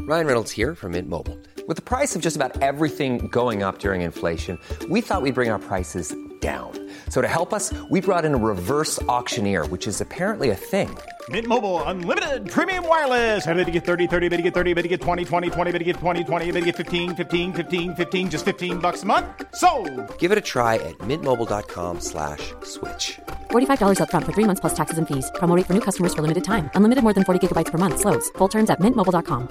Ryan Reynolds here from Mint Mobile. With the price of just about everything going up during inflation, we thought we'd bring our prices down. So to help us, we brought in a reverse auctioneer, which is apparently a thing. Mint Mobile Unlimited Premium Wireless. How to get 30, 30, bit to get 30, bit to get 20, 20, 20, bit to get 20, 20, bit to get 15, 15, 15, 15, just $15 a month? Sold! Give it a try at mintmobile.com/switch. $45 up front for 3 months plus taxes and fees. Promo rate for new customers for limited time. Unlimited more than 40 gigabytes per month. Slows full terms at mintmobile.com.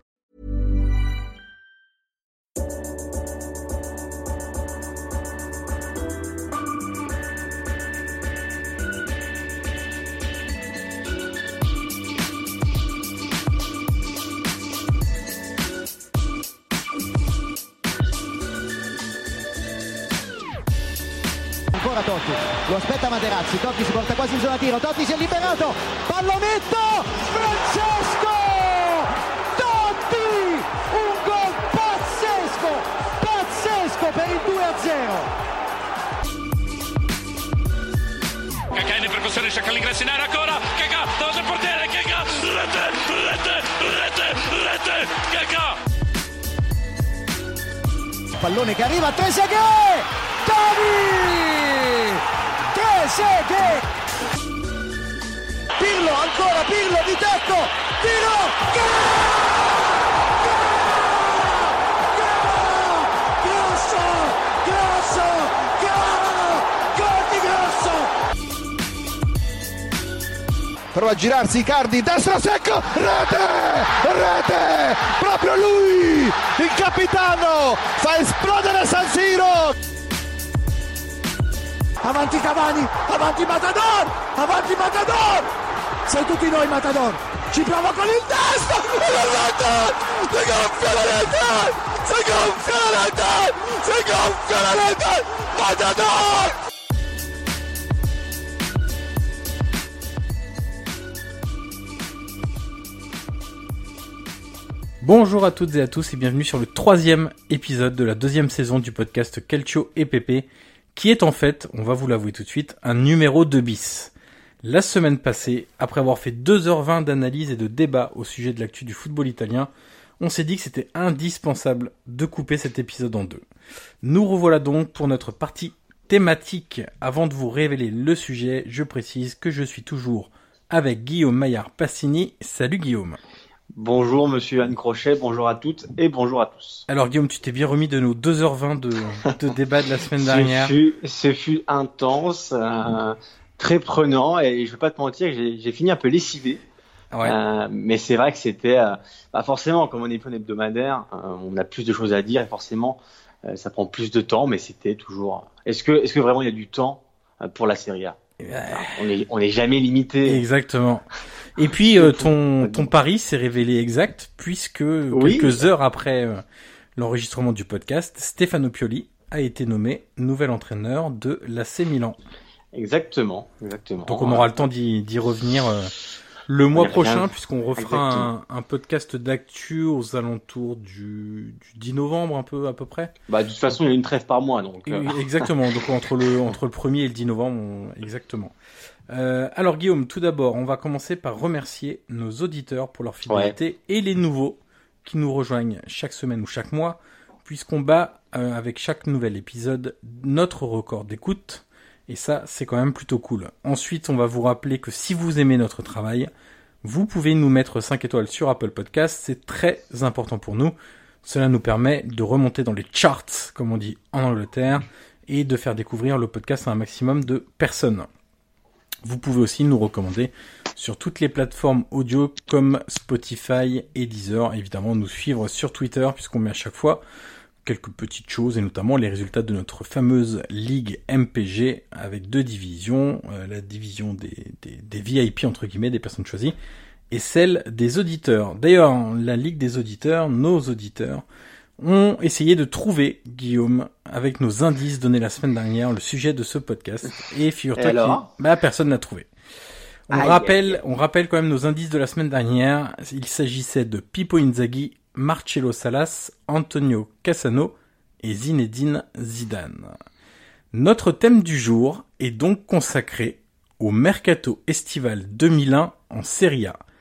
Ancora Totti, lo aspetta Materazzi, Totti si porta quasi in zona tiro, Totti si è liberato, pallonetto, Francesco Totti, un gol pazzesco per il 2-0. Kaká in percussione, cerca l'ingresso in area ancora, Kaká, davanti al portiere, Kaká, rete, Kaká! Pallone che arriva, Trezeguet, Trezeguet, Pirlo, ancora Pirlo di tacco, tiro, Grosso, gol di Grosso. Prova a girarsi Icardi, destro secco, rete, proprio lui, il capitano, fa esplodere San Siro. Avanti Cavani, avanti Matador, sei tutti noi Matador, ci prova con il destro, si gonfia la rete, Matador! Bonjour à toutes et à tous et bienvenue sur le 3e épisode de la 2e saison du podcast Calcio et Pepe, qui est en fait, on va vous l'avouer tout de suite, un numéro 2 bis. La semaine passée, après avoir fait 2h20 d'analyse et de débat au sujet de l'actu du football italien, on s'est dit que c'était indispensable de couper cet épisode en deux. Nous revoilà donc pour notre partie thématique. Avant de vous révéler le sujet, je précise que je suis toujours avec Guillaume Maillard-Passini. Salut Guillaume. Bonjour Monsieur Anne Crochet, bonjour à toutes et bonjour à tous. Alors Guillaume, tu t'es bien remis de nos 2h20 de débat de la semaine dernière. Ce fut intense, très prenant et je vais pas te mentir, j'ai fini un peu lessivé. Ouais. Mais c'est vrai que c'était, forcément, comme on est plus en hebdomadaire, on a plus de choses à dire et forcément ça prend plus de temps, mais c'était toujours... Est-ce que vraiment il y a du temps pour la Serie A ? On est jamais limité. Exactement. Et puis ton pari s'est révélé exact puisque quelques heures après l'enregistrement du podcast, Stefano Pioli a été nommé nouvel entraîneur de l'AC Milan. Exactement. Donc on aura le temps d'y revenir le mois prochain puisqu'on refera un podcast d'actu aux alentours du 10 novembre un peu à peu près. De toute façon, il y a une trêve par mois donc. Exactement. Donc entre le 1er et le 10 novembre, exactement. Alors Guillaume, tout d'abord, on va commencer par remercier nos auditeurs pour leur fidélité et les nouveaux qui nous rejoignent chaque semaine ou chaque mois, puisqu'on bat avec chaque nouvel épisode notre record d'écoute, et ça c'est quand même plutôt cool. Ensuite, on va vous rappeler que si vous aimez notre travail, vous pouvez nous mettre 5 étoiles sur Apple Podcasts, c'est très important pour nous. Cela nous permet de remonter dans les charts, comme on dit en Angleterre, et de faire découvrir le podcast à un maximum de personnes. Vous pouvez aussi nous recommander sur toutes les plateformes audio comme Spotify et Deezer. Évidemment, nous suivre sur Twitter puisqu'on met à chaque fois quelques petites choses et notamment les résultats de notre fameuse Ligue MPG avec 2 divisions. La division des VIP entre guillemets, des personnes choisies, et celle des auditeurs. D'ailleurs, la Ligue des auditeurs, nos auditeurs, ont essayé de trouver, Guillaume, avec nos indices donnés la semaine dernière, le sujet de ce podcast. Et figure-toi que personne n'a trouvé. On rappelle quand même nos indices de la semaine dernière. Il s'agissait de Pippo Inzaghi, Marcelo Salas, Antonio Cassano et Zinedine Zidane. Notre thème du jour est donc consacré au mercato estival 2001 en Serie A.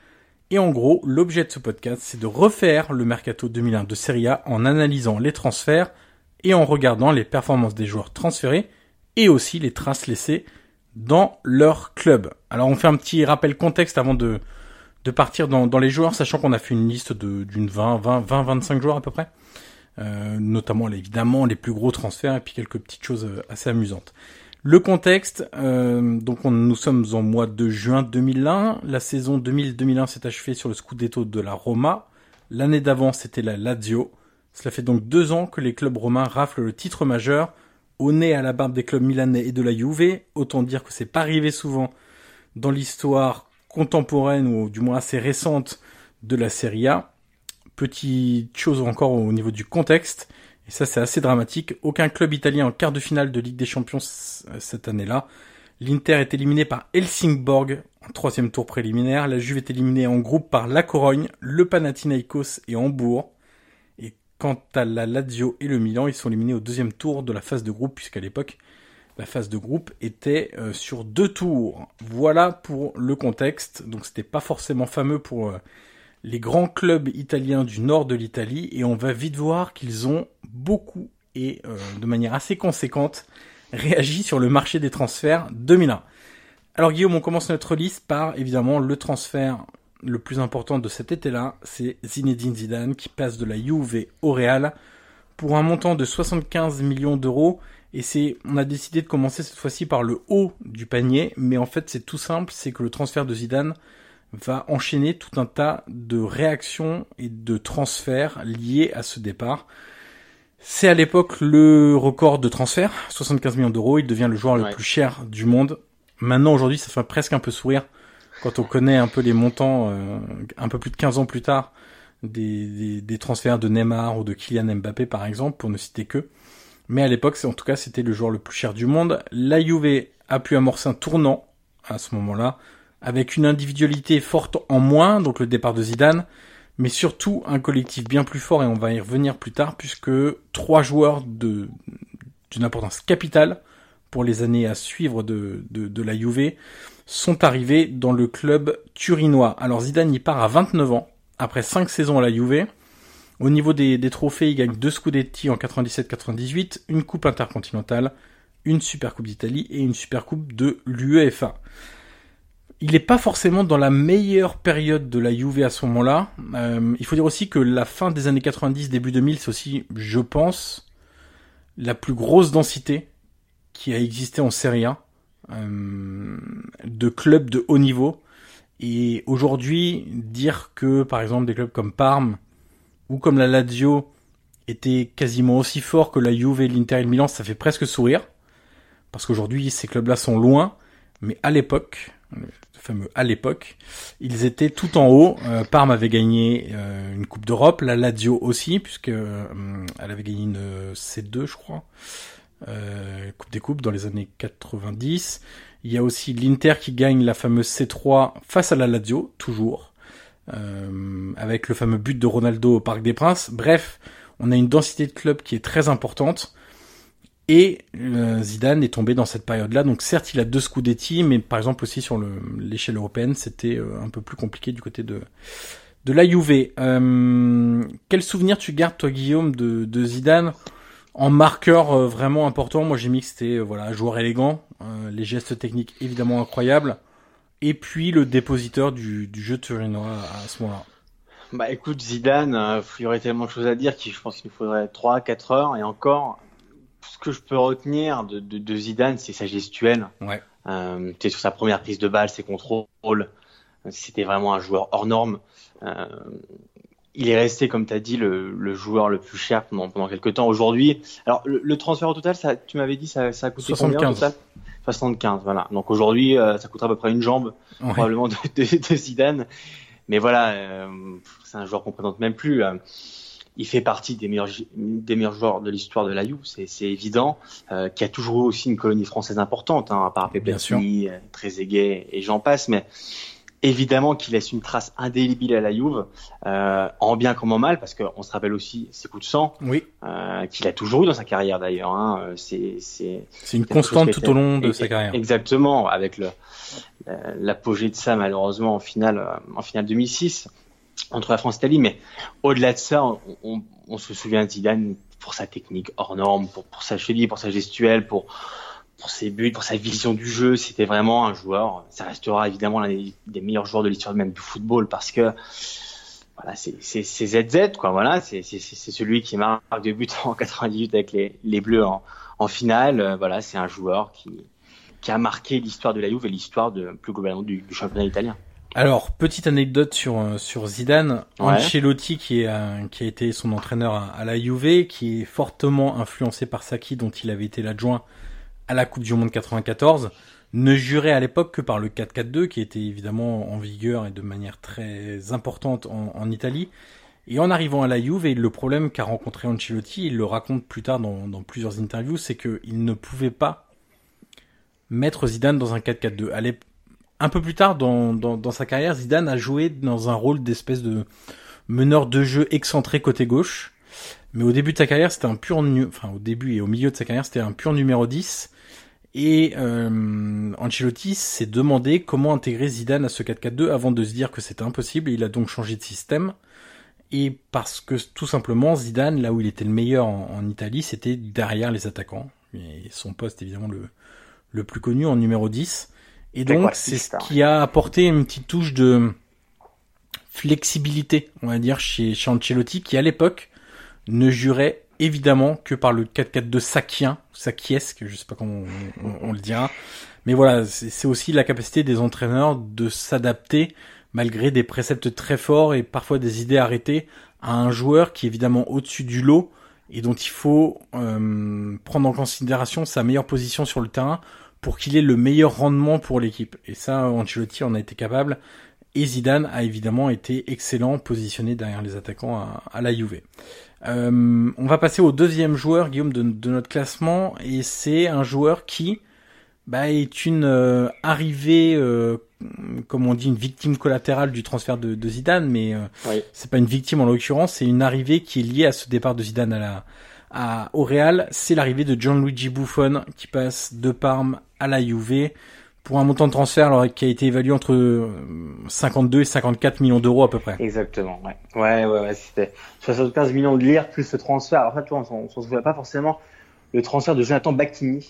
Et en gros, l'objet de ce podcast, c'est de refaire le mercato 2001 de Serie A en analysant les transferts et en regardant les performances des joueurs transférés et aussi les traces laissées dans leur club. Alors on fait un petit rappel contexte avant de partir dans les joueurs, sachant qu'on a fait une liste d'une 20-25 joueurs à peu près. Notamment évidemment les plus gros transferts et puis quelques petites choses assez amusantes. Le contexte, donc nous sommes en mois de juin 2001, la saison 2000-2001 s'est achevée sur le Scudetto de la Roma, l'année d'avant c'était la Lazio, cela fait donc 2 ans que les clubs romains raflent le titre majeur, au nez à la barbe des clubs milanais et de la Juve, autant dire que c'est pas arrivé souvent dans l'histoire contemporaine ou du moins assez récente de la Serie A. Petite chose encore au niveau du contexte, et ça c'est assez dramatique, aucun club italien en quart de finale de Ligue des Champions cette année-là. L'Inter est éliminé par Helsingborg en 3e tour préliminaire, la Juve est éliminée en groupe par La Corogne, le Panathinaikos et Hambourg. Et quant à la Lazio et le Milan, ils sont éliminés au 2e tour de la phase de groupe, puisqu'à l'époque la phase de groupe était sur 2 tours. Voilà pour le contexte, donc c'était pas forcément fameux pour les grands clubs italiens du nord de l'Italie, et on va vite voir qu'ils ont beaucoup et de manière assez conséquente réagi sur le marché des transferts 2001. Alors Guillaume, on commence notre liste par évidemment le transfert le plus important de cet été-là, c'est Zinedine Zidane qui passe de la Juve au Real pour un montant de 75 millions d'euros, et on a décidé de commencer cette fois-ci par le haut du panier, mais en fait c'est tout simple, c'est que le transfert de Zidane va enchaîner tout un tas de réactions et de transferts liés à ce départ. C'est à l'époque le record de transfert, 75 millions d'euros, il devient le joueur le plus cher du monde. Maintenant, aujourd'hui, ça fait presque un peu sourire quand on connaît un peu les montants, un peu plus de 15 ans plus tard, des transferts de Neymar ou de Kylian Mbappé par exemple, pour ne citer que. Mais à l'époque, en tout cas, c'était le joueur le plus cher du monde. La Juve a pu amorcer un tournant à ce moment-là, avec une individualité forte en moins, donc le départ de Zidane, mais surtout un collectif bien plus fort, et on va y revenir plus tard, puisque 3 joueurs d'une importance capitale pour les années à suivre de la Juve sont arrivés dans le club turinois. Alors Zidane y part à 29 ans, après 5 saisons à la Juve. Au niveau des trophées, il gagne 2 Scudetti en 97-98, une coupe intercontinentale, une Supercoupe d'Italie et une Supercoupe de l'UEFA. Il n'est pas forcément dans la meilleure période de la Juve à ce moment-là. Il faut dire aussi que la fin des années 90, début 2000, c'est aussi, je pense, la plus grosse densité qui a existé en Serie A, de clubs de haut niveau. Et aujourd'hui, dire que, par exemple, des clubs comme Parme ou comme la Lazio étaient quasiment aussi forts que la Juve, l'Inter et le Milan, ça fait presque sourire. Parce qu'aujourd'hui, ces clubs-là sont loin. Mais à l'époque, le fameux à l'époque, ils étaient tout en haut. Parme avait gagné une Coupe d'Europe, la Lazio aussi, puisque elle avait gagné une C2, je crois. Coupe des Coupes dans les années 90. Il y a aussi l'Inter qui gagne la fameuse C3 face à la Lazio, toujours, avec le fameux but de Ronaldo au Parc des Princes. Bref, on a une densité de clubs qui est très importante. Et Zidane est tombé dans cette période-là. Donc certes, il a 2 Scudetti, mais par exemple aussi sur l'échelle européenne, c'était un peu plus compliqué du côté de la Juve. Quel souvenir tu gardes, toi, Guillaume, de Zidane en marqueur vraiment important? Moi, j'ai mis que c'était joueur élégant, les gestes techniques évidemment incroyables, et puis le dépositeur du jeu turinois à ce moment-là. Bah écoute, Zidane, il y aurait tellement de choses à dire je pense qu'il faudrait 3-4 heures, et encore. Ce que je peux retenir de Zidane, c'est sa gestuelle. Ouais. Sur sa première prise de balle, ses contrôles, c'était vraiment un joueur hors norme. Il est resté, comme tu as dit, le joueur le plus cher pendant quelques temps. Aujourd'hui, alors le transfert au total, tu m'avais dit, ça a coûté 75. Combien au total ? 75, voilà. Donc aujourd'hui, ça coûtera à peu près une jambe, probablement, de Zidane. Mais voilà, c'est un joueur qu'on ne présente même plus. Il fait partie des meilleurs joueurs de l'histoire de la Juve, c'est évident, qui a toujours eu aussi une colonie française importante, à part Platini, Trezeguet et j'en passe, mais évidemment qu'il laisse une trace indélébile à la Juve, en bien comme en mal, parce qu'on se rappelle aussi ses coups de sang, qu'il a toujours eu dans sa carrière d'ailleurs. Hein. C'est une constante tout au long de sa carrière. Exactement, avec l'apogée de ça malheureusement en finale 2006 entre la France et l'Italie. Mais au-delà de ça, on se souvient de Zidane pour sa technique hors norme, pour sa cheville, pour sa gestuelle, pour ses buts, pour sa vision du jeu. C'était vraiment un joueur. Ça restera évidemment l'un des meilleurs joueurs de l'histoire même du football, parce que voilà, c'est ZZ quoi. Voilà, c'est celui qui marque des buts en 98 avec les Bleus en finale. Voilà, c'est un joueur qui a marqué l'histoire de la Juve et l'histoire plus globalement du championnat italien. Alors, petite anecdote sur Zidane, Ancelotti qui a été son entraîneur à la Juve, qui est fortement influencé par Sacchi, dont il avait été l'adjoint à la Coupe du Monde 94, ne jurait à l'époque que par le 4-4-2, qui était évidemment en vigueur et de manière très importante en Italie. Et en arrivant à la Juve, et le problème qu'a rencontré Ancelotti, il le raconte plus tard dans plusieurs interviews, c'est qu'il ne pouvait pas mettre Zidane dans un 4-4-2. Un peu plus tard dans sa carrière, Zidane a joué dans un rôle d'espèce de meneur de jeu excentré côté gauche. Mais au début de sa carrière, c'était au début et au milieu de sa carrière, c'était un pur numéro 10. Et Ancelotti s'est demandé comment intégrer Zidane à ce 4-4-2 avant de se dire que c'était impossible. Et il a donc changé de système. Et parce que tout simplement, Zidane, là où il était le meilleur en Italie, c'était derrière les attaquants. Et son poste, évidemment, le plus connu en numéro 10. Et donc, c'est ce qui a apporté une petite touche de flexibilité, on va dire, chez Ancelotti, qui à l'époque ne jurait évidemment que par le 4-4-2 sacchiesque, je sais pas comment on le dira. Mais voilà, c'est aussi la capacité des entraîneurs de s'adapter malgré des préceptes très forts et parfois des idées arrêtées à un joueur qui est évidemment au-dessus du lot et dont il faut prendre en considération sa meilleure position sur le terrain pour qu'il ait le meilleur rendement pour l'équipe. Et ça, Ancelotti en a été capable. Et Zidane a évidemment été excellent, positionné derrière les attaquants à la Juve. On va passer au deuxième joueur, Guillaume, de notre classement. Et c'est un joueur qui est une arrivée, comme on dit, une victime collatérale du transfert de Zidane. Mais c'est pas une victime en l'occurrence, c'est une arrivée qui est liée à ce départ de Zidane au Real. C'est l'arrivée de Gianluigi Buffon qui passe de Parme à la Juve pour un montant de transfert qui a été évalué entre 52 et 54 millions d'euros à peu près. Exactement, ouais, c'était 75 millions de lire plus ce transfert. Alors en fait, on s'en souvient pas forcément, le transfert de Jonathan Bakhini,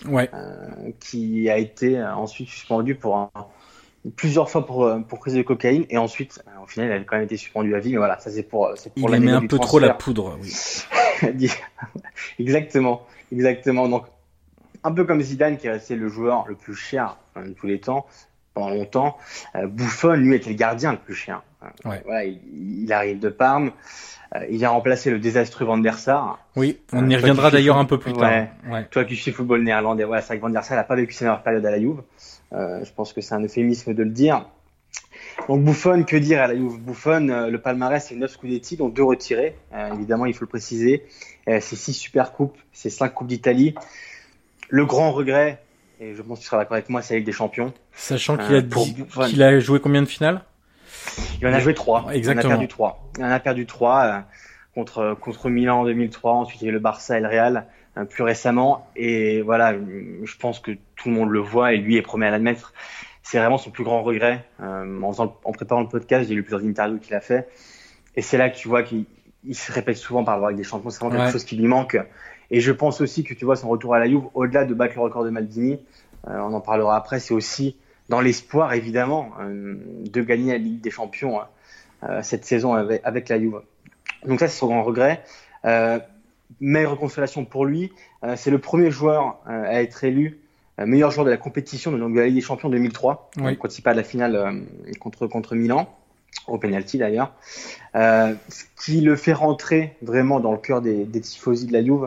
qui a été ensuite suspendu plusieurs fois pour prise de cocaïne, et ensuite au final il a quand même été suspendu à vie. Mais voilà, ça c'est pour il aimait un peu trop la poudre. Oui. Exactement. Donc un peu comme Zidane qui est resté le joueur le plus cher de tous les temps pendant longtemps, Buffon lui était le gardien le plus cher. Voilà, il arrive de Parme, il vient remplacer le désastreux Van der Sar. Oui, on y reviendra d'ailleurs un peu plus tard. Ouais. Toi qui suis football néerlandais, c'est vrai que Van der Sar n'a pas vécu sa meilleure période à la Juve. Je pense que c'est un euphémisme de le dire. Donc Buffon, que dire à la Juve? Buffon, le palmarès, c'est 9 Scudetti, dont 2 retirés. Évidemment, il faut le préciser. C'est 6 Supercoupes, c'est 5 Coupes d'Italie. Le grand regret, et je pense que tu seras d'accord avec moi, c'est la Ligue des Champions. Sachant qu'il a joué combien de finales? Il en a joué 3. Exactement. Il en a perdu 3 contre Milan en 2003. Ensuite, il y a eu le Barça et le Real plus récemment. Et voilà, je pense que tout le monde le voit et lui est premier à l'admettre. C'est vraiment son plus grand regret. En préparant le podcast, j'ai lu plusieurs interviews qu'il a fait. Et c'est là que tu vois qu'il se répète souvent par rapport avec des champions. C'est vraiment quelque chose qui lui manque. Et je pense aussi que tu vois son retour à la Juve, au-delà de battre le record de Maldini, on en parlera après, c'est aussi dans l'espoir évidemment de gagner la Ligue des Champions cette saison avec la Juve. Donc ça, c'est son grand regret. Meilleure consolation pour lui, c'est le premier joueur à être élu meilleur joueur de la compétition de la Ligue des Champions 2003, quand il perd la finale contre Milan, au penalty d'ailleurs. Ce qui le fait rentrer vraiment dans le cœur des tifosi de la Juve.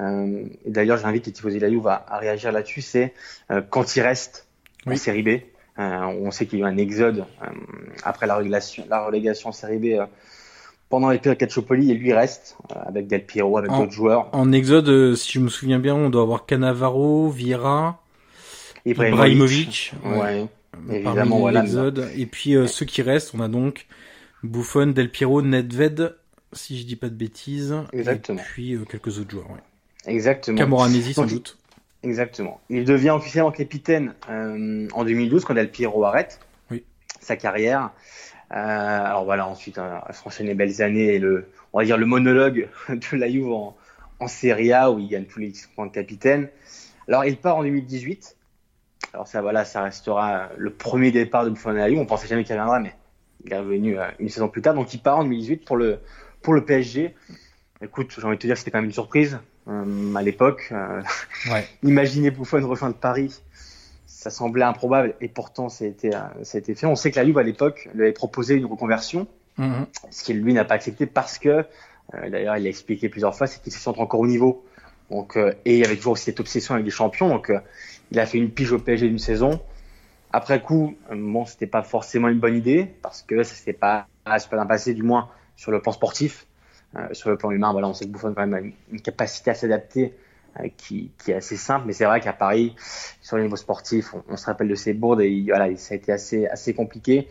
Et d'ailleurs, j'invite les tifosi de la Juve à réagir là-dessus. C'est quand il reste en Série B. On sait qu'il y a eu un exode après la relégation en Série B pendant les périodes Calciopoli, et lui reste avec Del Piero, avec d'autres joueurs. En exode, si je me souviens bien, on doit avoir Cannavaro, Vieira, Ibrahimovic. Évidemment, parmi l'exode. Et puis ceux qui restent, on a donc Buffon, Del Piero, Nedved, si je dis pas de bêtises. Exactement. Et puis quelques autres joueurs. Ouais. Exactement. Camoranesi sans doute. Exactement. Il devient officiellement capitaine en 2012 quand Del Piero arrête sa carrière. Alors voilà, ensuite, franchir les belles années et on va dire le monologue de la Juve en Serie A où il gagne tous les points de capitaine. Alors il part en 2018. Alors ça restera le premier départ de Buffon à la Juve. On pensait jamais qu'il reviendra, mais il est revenu une saison plus tard. Donc il part en 2018 pour le PSG. Écoute, j'ai envie de te dire que c'était quand même une surprise à l'époque. Imaginer Buffon rejoindre Paris. Ça semblait improbable et pourtant ça a été fait. On sait que la Juve à l'époque lui avait proposé une reconversion, ce qu'il lui n'a pas accepté parce que, d'ailleurs il l'a expliqué plusieurs fois, c'est qu'il se sent encore au niveau. Donc, et il y avait toujours aussi cette obsession avec les champions. Donc il a fait une pige au PSG d'une saison. Après coup, c'était pas forcément une bonne idée parce que ça s'était pas super bien passé, du moins sur le plan sportif. Sur le plan humain, on sait que Buffon quand même a une capacité à s'adapter qui est assez simple, mais c'est vrai qu'à Paris, sur le niveau sportif, on se rappelle de ses bourdes et ça a été assez compliqué.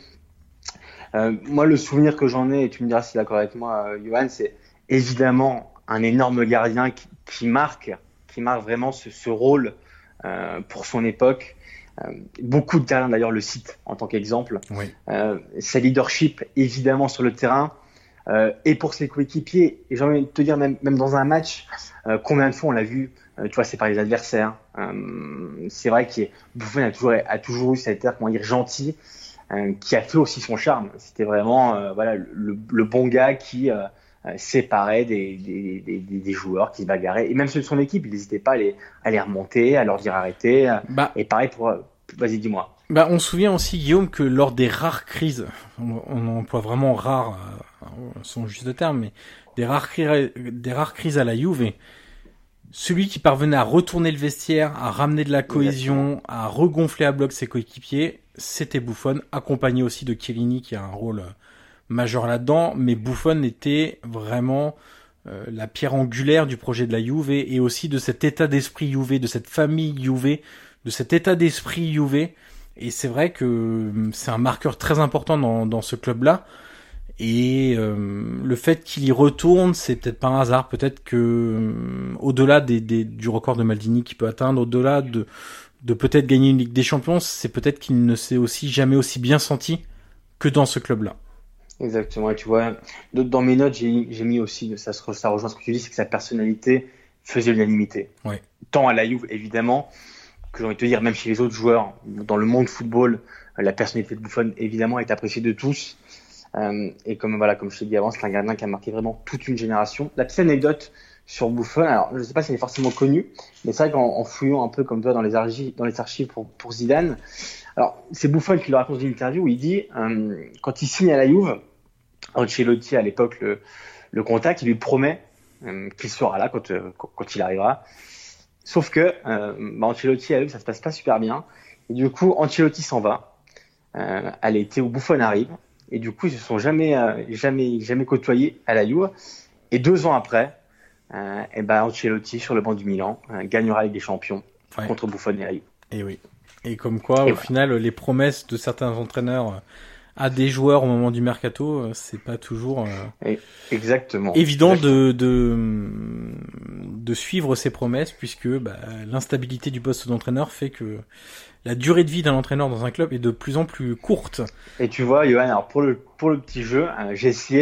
Moi, le souvenir que j'en ai, et tu me diras si tu es d'accord avec moi, Johan, c'est évidemment un énorme gardien qui marque vraiment ce rôle pour son époque. Beaucoup de gardiens d'ailleurs le citent en tant qu'exemple. Oui. Sa leadership, évidemment, sur le terrain. Et pour ses coéquipiers, et j'ai envie de te dire même dans un match, combien de fois on l'a vu, tu vois, c'est par les adversaires. C'est vrai que Buffon a toujours eu cet air, comment dire, gentil, qui a fait aussi son charme. C'était vraiment le bon gars qui séparait des joueurs qui se bagarraient, et même ceux de son équipe, il n'hésitait pas à les remonter, à leur dire arrêtez. Et pareil vas-y, dis-moi. On se souvient aussi, Guillaume, que lors des rares crises, on emploie vraiment rare, son juste terme, mais des rares crises à la Juve, celui qui parvenait à retourner le vestiaire, à ramener de la cohésion, à regonfler à bloc ses coéquipiers, c'était Buffon, accompagné aussi de Chiellini qui a un rôle majeur là-dedans, mais Buffon était vraiment la pierre angulaire du projet de la Juve et aussi de cet état d'esprit Juve, de cette famille Juve, de cet état d'esprit Juve. Et c'est vrai que c'est un marqueur très important dans ce club-là. Et le fait qu'il y retourne, c'est peut-être pas un hasard. Peut-être que au-delà du record de Maldini qu'il peut atteindre, au-delà de peut-être gagner une Ligue des Champions, c'est peut-être qu'il ne s'est aussi jamais aussi bien senti que dans ce club-là. Exactement. Et tu vois, dans mes notes, j'ai mis aussi, ça rejoint ce que tu dis, c'est que sa personnalité faisait l'unanimité. Ouais. Tant à la Juve, évidemment, que j'ai envie de te dire, même chez les autres joueurs, dans le monde football, la personnalité de Buffon, évidemment, est appréciée de tous. Et comme je t'ai dit avant, c'est un gardien qui a marqué vraiment toute une génération. La petite anecdote sur Buffon, alors je ne sais pas si elle est forcément connue, mais c'est vrai qu'en fouillant un peu comme toi dans les archives pour Zidane, alors c'est Buffon qui le raconte dans une interview où il dit, quand il signe à la Juve, Ancelotti à l'époque le contacte, il lui promet qu'il sera là quand il arrivera. Sauf que Ancelotti à eux, ça se passe pas super bien. Et du coup, Ancelotti s'en va à l'été où Buffon arrive. Et du coup, ils se sont jamais côtoyés à la Juve. Et 2 ans après, Ancelotti sur le banc du Milan gagnera la Ligue des Champions contre Buffon et la Juve. Et oui. Et comme quoi, au final, les promesses de certains entraîneurs à des joueurs au moment du mercato, c'est pas toujours exactement évident de suivre ces promesses, puisque l'instabilité du poste d'entraîneur fait que la durée de vie d'un entraîneur dans un club est de plus en plus courte. Et tu vois, Johan, alors pour le petit jeu, j'ai essayé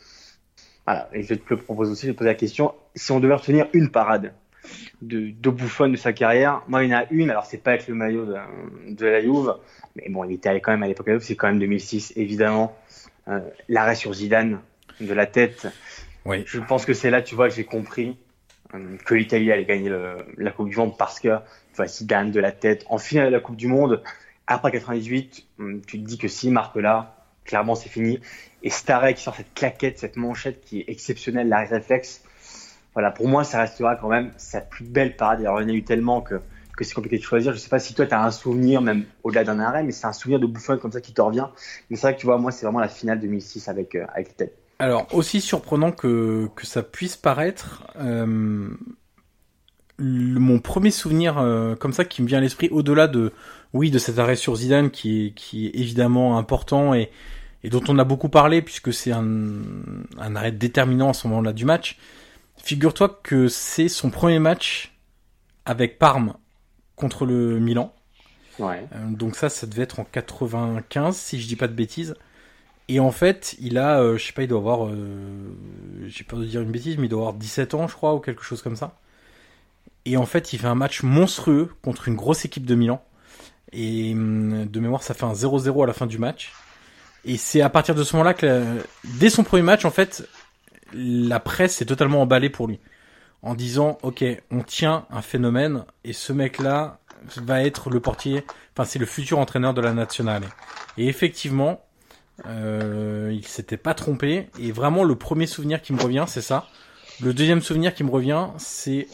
et je te le propose aussi, je te pose la question, si on devait retenir une parade de Buffon de sa carrière, moi il y en a une, alors c'est pas avec le maillot de la Juve, mais bon, il était quand même à l'époque à la Juve, c'est quand même 2006, évidemment, l'arrêt sur Zidane de la tête. Oui. Je pense que c'est là, tu vois, que j'ai compris que l'Italie allait gagner la Coupe du Monde parce que Zidane de la tête en finale de la Coupe du Monde après 98, tu te dis que s'il marque là, clairement c'est fini. Et cet arrêt qui sort cette claquette, cette manchette qui est exceptionnelle, l'arrêt réflexe, pour moi ça restera quand même sa plus belle parade. Alors il y en a eu tellement que c'est compliqué de choisir. Je sais pas si toi tu as un souvenir, même au-delà d'un arrêt, mais c'est un souvenir de Buffon comme ça qui te revient. Mais c'est vrai que tu vois, moi c'est vraiment la finale 2006 avec l'Italie. Alors aussi surprenant que ça puisse paraître, mon premier souvenir comme ça qui me vient à l'esprit, au-delà de cet arrêt sur Zidane qui est évidemment important et dont on a beaucoup parlé puisque c'est un arrêt déterminant à ce moment-là du match. Figure-toi que c'est son premier match avec Parme contre le Milan. Ouais. Donc ça devait être en 95 si je dis pas de bêtises. Et en fait, il a, je sais pas, il doit avoir, j'ai peur de dire une bêtise, mais il doit avoir 17 ans, je crois, ou quelque chose comme ça. Et en fait, il fait un match monstrueux contre une grosse équipe de Milan. Et de mémoire, ça fait un 0-0 à la fin du match. Et c'est à partir de ce moment-là que, dès son premier match, en fait, la presse est totalement emballée pour lui. En disant, ok, on tient un phénomène, et ce mec-là va être le portier, enfin, c'est le futur entraîneur de la nationale. Et effectivement, il s'était pas trompé, et vraiment, le premier souvenir qui me revient, c'est ça. Le deuxième souvenir qui me revient, c'est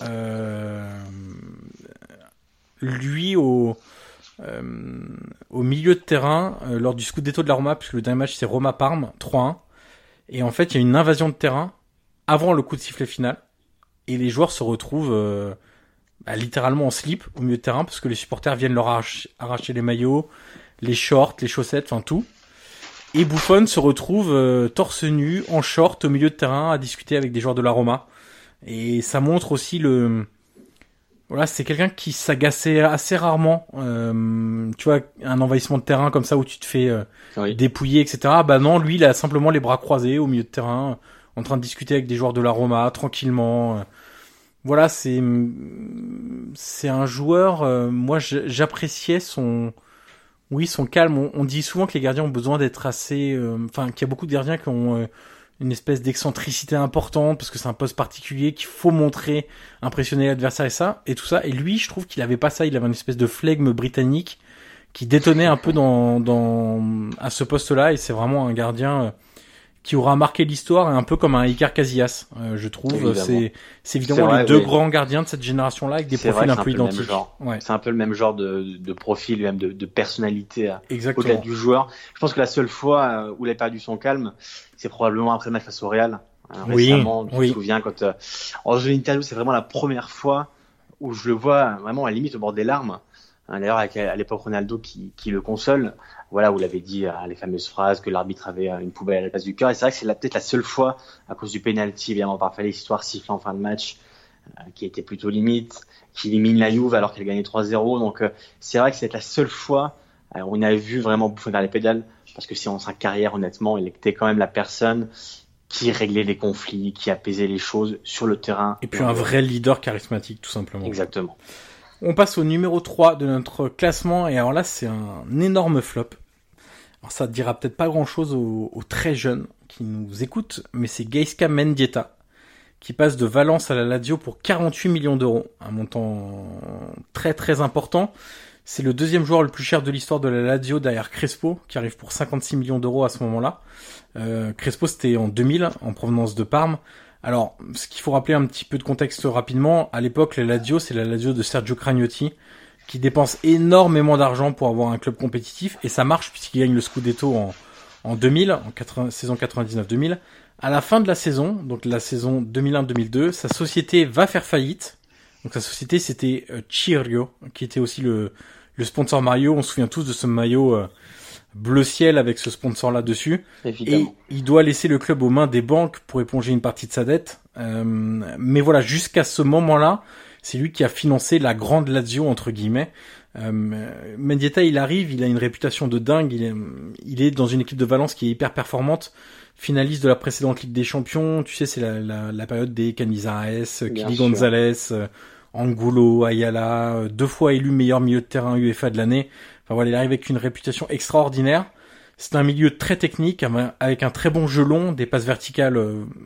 lui au milieu de terrain lors du Scudetto de la Roma, puisque le dernier match c'est Roma-Parme 3-1, et en fait il y a une invasion de terrain avant le coup de sifflet final, et les joueurs se retrouvent littéralement en slip au milieu de terrain, parce que les supporters viennent leur arracher les maillots, les shorts, les chaussettes, enfin tout. Et Buffon se retrouve torse nu, en short, au milieu de terrain, à discuter avec des joueurs de la Roma. Et ça montre aussi voilà, c'est quelqu'un qui s'agaçait assez rarement. Tu vois, un envahissement de terrain comme ça où tu te fais dépouiller, etc. Bah non, lui, il a simplement les bras croisés au milieu de terrain, en train de discuter avec des joueurs de la Roma, tranquillement. Voilà, c'est un joueur, moi j'appréciais son calme. On dit souvent que les gardiens ont besoin d'être assez, qu'il y a beaucoup de gardiens qui ont une espèce d'excentricité importante parce que c'est un poste particulier qu'il faut montrer, impressionner l'adversaire et tout ça. Et lui, je trouve qu'il avait pas ça. Il avait une espèce de flegme britannique qui détonnait un peu à ce poste-là. Et c'est vraiment un gardien qui aura marqué l'histoire, un peu comme un Iker Casillas, je trouve. Évidemment. C'est évidemment les deux grands gardiens de cette génération-là avec des profils un peu identiques. Ouais. C'est un peu le même genre de profil, même de personnalité au-delà du joueur. Je pense que la seule fois où il a perdu son calme, c'est probablement après le match face au Real. Récemment, je me souviens quand en jeu interview, c'est vraiment la première fois où je le vois vraiment à la limite au bord des larmes. D'ailleurs, à l'époque Ronaldo qui le console, voilà, où il avait dit les fameuses phrases que l'arbitre avait une poubelle à la place du cœur. Et c'est vrai que c'est peut-être la seule fois, à cause du penalty, évidemment, parfois l'histoire sifflant en fin de match, qui était plutôt limite, qui élimine la Juve alors qu'elle gagnait 3-0. Donc c'est vrai que c'est la seule fois où on a vu vraiment Buffon dans les pédales, parce que si on sa carrière, honnêtement, il était quand même la personne qui réglait les conflits, qui apaisait les choses sur le terrain. Et puis un vrai leader charismatique, tout simplement. Exactement. On passe au numéro 3 de notre classement, et alors là, c'est un énorme flop. Alors ça ne dira peut-être pas grand-chose aux très jeunes qui nous écoutent, mais c'est Gaizka Mendieta, qui passe de Valence à la Lazio pour 48 millions d'euros, un montant très très important. C'est le deuxième joueur le plus cher de l'histoire de la Lazio derrière Crespo, qui arrive pour 56 millions d'euros à ce moment-là. Crespo, c'était en 2000, en provenance de Parme. Alors, ce qu'il faut rappeler un petit peu de contexte rapidement, à l'époque, la Lazio, c'est la Lazio de Sergio Cragnotti, qui dépense énormément d'argent pour avoir un club compétitif, et ça marche puisqu'il gagne le Scudetto en 2000, saison 99-2000. À la fin de la saison, donc la saison 2001-2002, sa société va faire faillite. Donc sa société, c'était Cirio, qui était aussi le sponsor maillot. On se souvient tous de ce maillot bleu ciel avec ce sponsor-là dessus. Évidemment. Et il doit laisser le club aux mains des banques pour éponger une partie de sa dette. Mais voilà, jusqu'à ce moment-là, c'est lui qui a financé la grande Lazio, entre guillemets. Mendieta, il arrive, il a une réputation de dingue. Il est dans une équipe de Valence qui est hyper performante. Finaliste de la précédente Ligue des Champions. Tu sais, c'est la période des Canizares, Kili Gonzalez, Angulo, Ayala, 2 fois élu meilleur milieu de terrain UEFA de l'année. Enfin voilà, il arrive avec une réputation extraordinaire. C'est un milieu très technique, avec un très bon jeu long, des passes verticales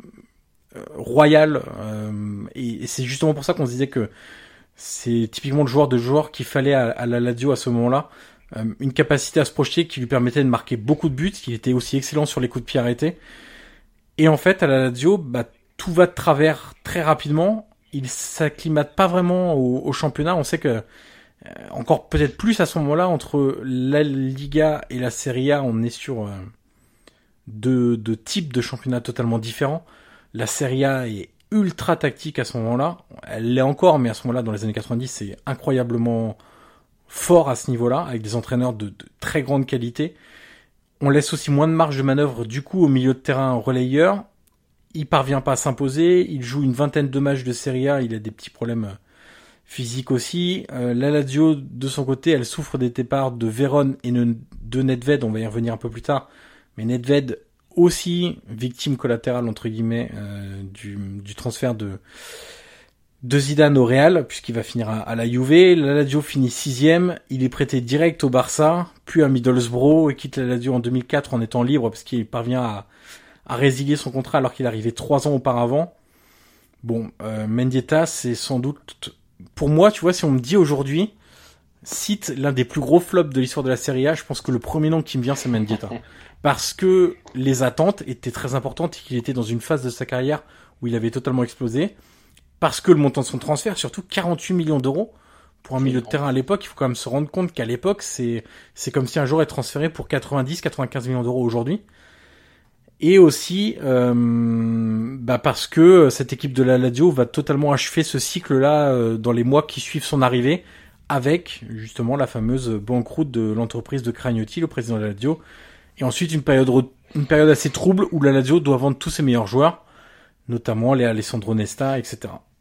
royales. Et c'est justement pour ça qu'on se disait que c'est typiquement le joueur qu'il fallait à la Lazio à ce moment-là. Une capacité à se projeter qui lui permettait de marquer beaucoup de buts. Il était aussi excellent sur les coups de pied arrêtés. Et en fait, à la Lazio, tout va de travers très rapidement. Il s'acclimate pas vraiment au championnat. On sait que encore peut-être plus à ce moment-là, entre la Liga et la Serie A, on est sur deux types de championnats totalement différents. La Serie A est ultra tactique à ce moment-là. Elle l'est encore, mais à ce moment-là, dans les années 90, c'est incroyablement fort à ce niveau-là, avec des entraîneurs de très grande qualité. On laisse aussi moins de marge de manœuvre du coup au milieu de terrain relayeur. Il parvient pas à s'imposer, il joue une vingtaine de matchs de Serie A, il a des petits problèmes physiques aussi. La Lazio, de son côté, elle souffre des départs de Vérone et de Nedved, on va y revenir un peu plus tard. Mais Nedved aussi victime collatérale entre guillemets du transfert de Zidane au Real, puisqu'il va finir à la Juve. La Lazio finit 6e, il est prêté direct au Barça, puis à Middlesbrough, et quitte la Lazio en 2004 en étant libre, parce qu'il parvient à résilier son contrat alors qu'il arrivait 3 ans auparavant. Bon, Mendieta, c'est sans doute, pour moi, tu vois, si on me dit aujourd'hui, cite l'un des plus gros flops de l'histoire de la Serie A, je pense que le premier nom qui me vient, c'est Mendieta. Parce que les attentes étaient très importantes et qu'il était dans une phase de sa carrière où il avait totalement explosé. Parce que le montant de son transfert, surtout 48 millions d'euros pour un milieu de terrain à l'époque, il faut quand même se rendre compte qu'à l'époque, c'est comme si un joueur est transféré pour 90-95 millions d'euros aujourd'hui. Et aussi parce que cette équipe de la Lazio va totalement achever ce cycle-là dans les mois qui suivent son arrivée, avec justement la fameuse banqueroute de l'entreprise de Cragnotti, le président de la Lazio, et ensuite une période assez trouble où la Lazio doit vendre tous ses meilleurs joueurs, notamment les Alessandro Nesta, etc.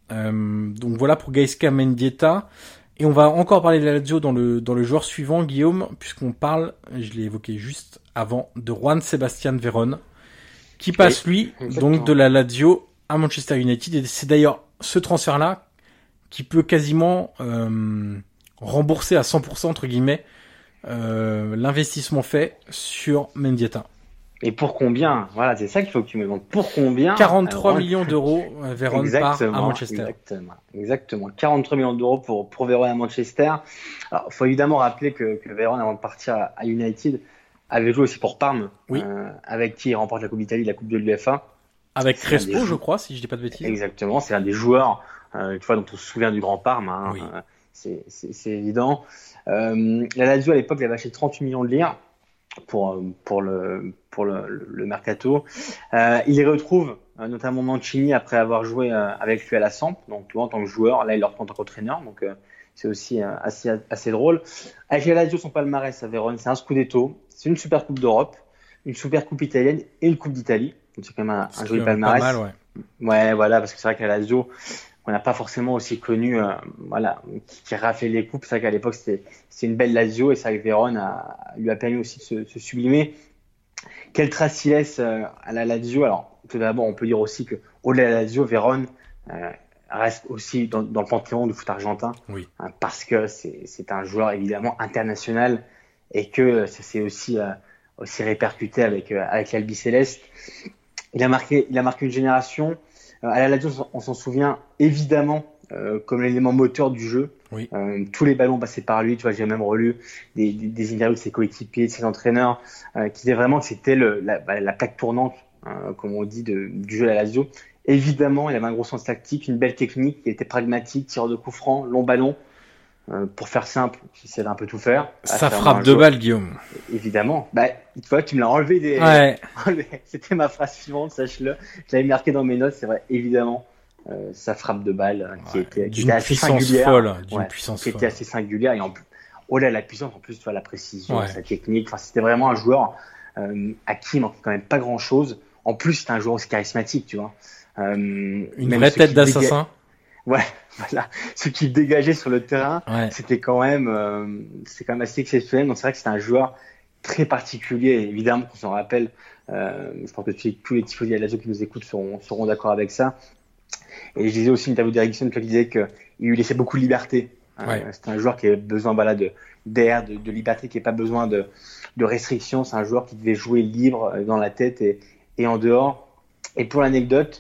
Donc voilà pour Gaisca Mendieta. Et on va encore parler de la Lazio dans le joueur suivant, Guillaume, puisqu'on parle, je l'ai évoqué juste avant, de Juan Sebastian Veron, qui passe lui donc de la Lazio à Manchester United. Et c'est d'ailleurs ce transfert-là qui peut quasiment rembourser à 100% entre guillemets l'investissement fait sur Mendieta. Et pour combien? Voilà, c'est ça qu'il faut que tu me demandes. Pour combien? 43 millions d'euros, Veron part à Manchester. Exactement. 43 millions d'euros pour Veron à Manchester. Alors, faut évidemment rappeler que Veron, avant de partir à United, avait joué aussi pour Parme, oui. Avec qui il remporte la Coupe d'Italie, la Coupe de l'UEFA. Avec Crespo, je crois, si je dis pas de bêtises. Exactement, c'est un des joueurs, tu vois, dont on se souvient du Grand Parme, hein, oui. C'est évident. La Lazio, à l'époque, il avait acheté 38 millions de lire pour le mercato. Il les retrouve, notamment Mancini, après avoir joué avec lui à la Samp, donc tu vois, en tant que joueur. Là, il le reprend en tant qu'entraîneur, donc c'est aussi assez drôle. Avec la Lazio, son palmarès à Vérone, c'est un Scudetto, c'est une Super Coupe d'Europe, une Super Coupe italienne et une Coupe d'Italie. Donc c'est quand même un joli palmarès. Pas mal, ouais. Ouais, voilà, parce que c'est vrai que la Lazio, on n'a pas forcément aussi connu, qui raflait les coupes. C'est vrai qu'à l'époque, c'est une belle Lazio, et c'est vrai que Vérone lui a permis aussi de se sublimer. Quelle trace il laisse à la Lazio? Alors, tout d'abord, on peut dire aussi que au-delà de la Lazio, Vérone reste aussi dans le panthéon du foot argentin, oui. Parce que c'est un joueur évidemment international, et que ça s'est aussi répercuté avec l'Albi Céleste. Il a marqué une génération. À la Lazio, on s'en souvient évidemment comme l'élément moteur du jeu. Oui. Tous les ballons passaient par lui. Tu vois, j'ai même relu des interviews de ses coéquipiers, de ses entraîneurs, qui disaient vraiment que c'était la plaque tournante, comme on dit, du jeu à la Lazio. Évidemment, il avait un gros sens tactique, une belle technique, il était pragmatique, tireur de coup franc, long ballon. Pour faire simple, il savait un peu tout faire. Ça frappe de balle, Guillaume. Évidemment. Tu vois, tu me l'as enlevé Ouais. C'était ma phrase suivante, sache-le. Je l'avais marqué dans mes notes, c'est vrai, évidemment. Ça frappe de balle, qui était assez singulière. Qui était assez singulière, et en plus, au-delà de la puissance, en plus, tu vois, la précision, sa technique. Enfin, c'était vraiment un joueur à qui il manquait quand même pas grand-chose. En plus, c'était un joueur aussi charismatique, tu vois. Une vraie tête d'assassin. Ouais, voilà. Ce qu'il dégageait sur le terrain, c'était quand même assez exceptionnel. Donc c'est vrai que c'était un joueur très particulier. Et évidemment, qu'on s'en rappelle. Je pense que tous les tifosi à Lazio qui nous écoutent seront d'accord avec ça. Et je disais aussi une interview d'Eriksson qui disait qu'il lui laissait beaucoup de liberté. C'est un joueur qui avait besoin d'air, de liberté, qui n'a pas besoin de restrictions. C'est un joueur qui devait jouer libre dans la tête et en dehors. Et pour l'anecdote,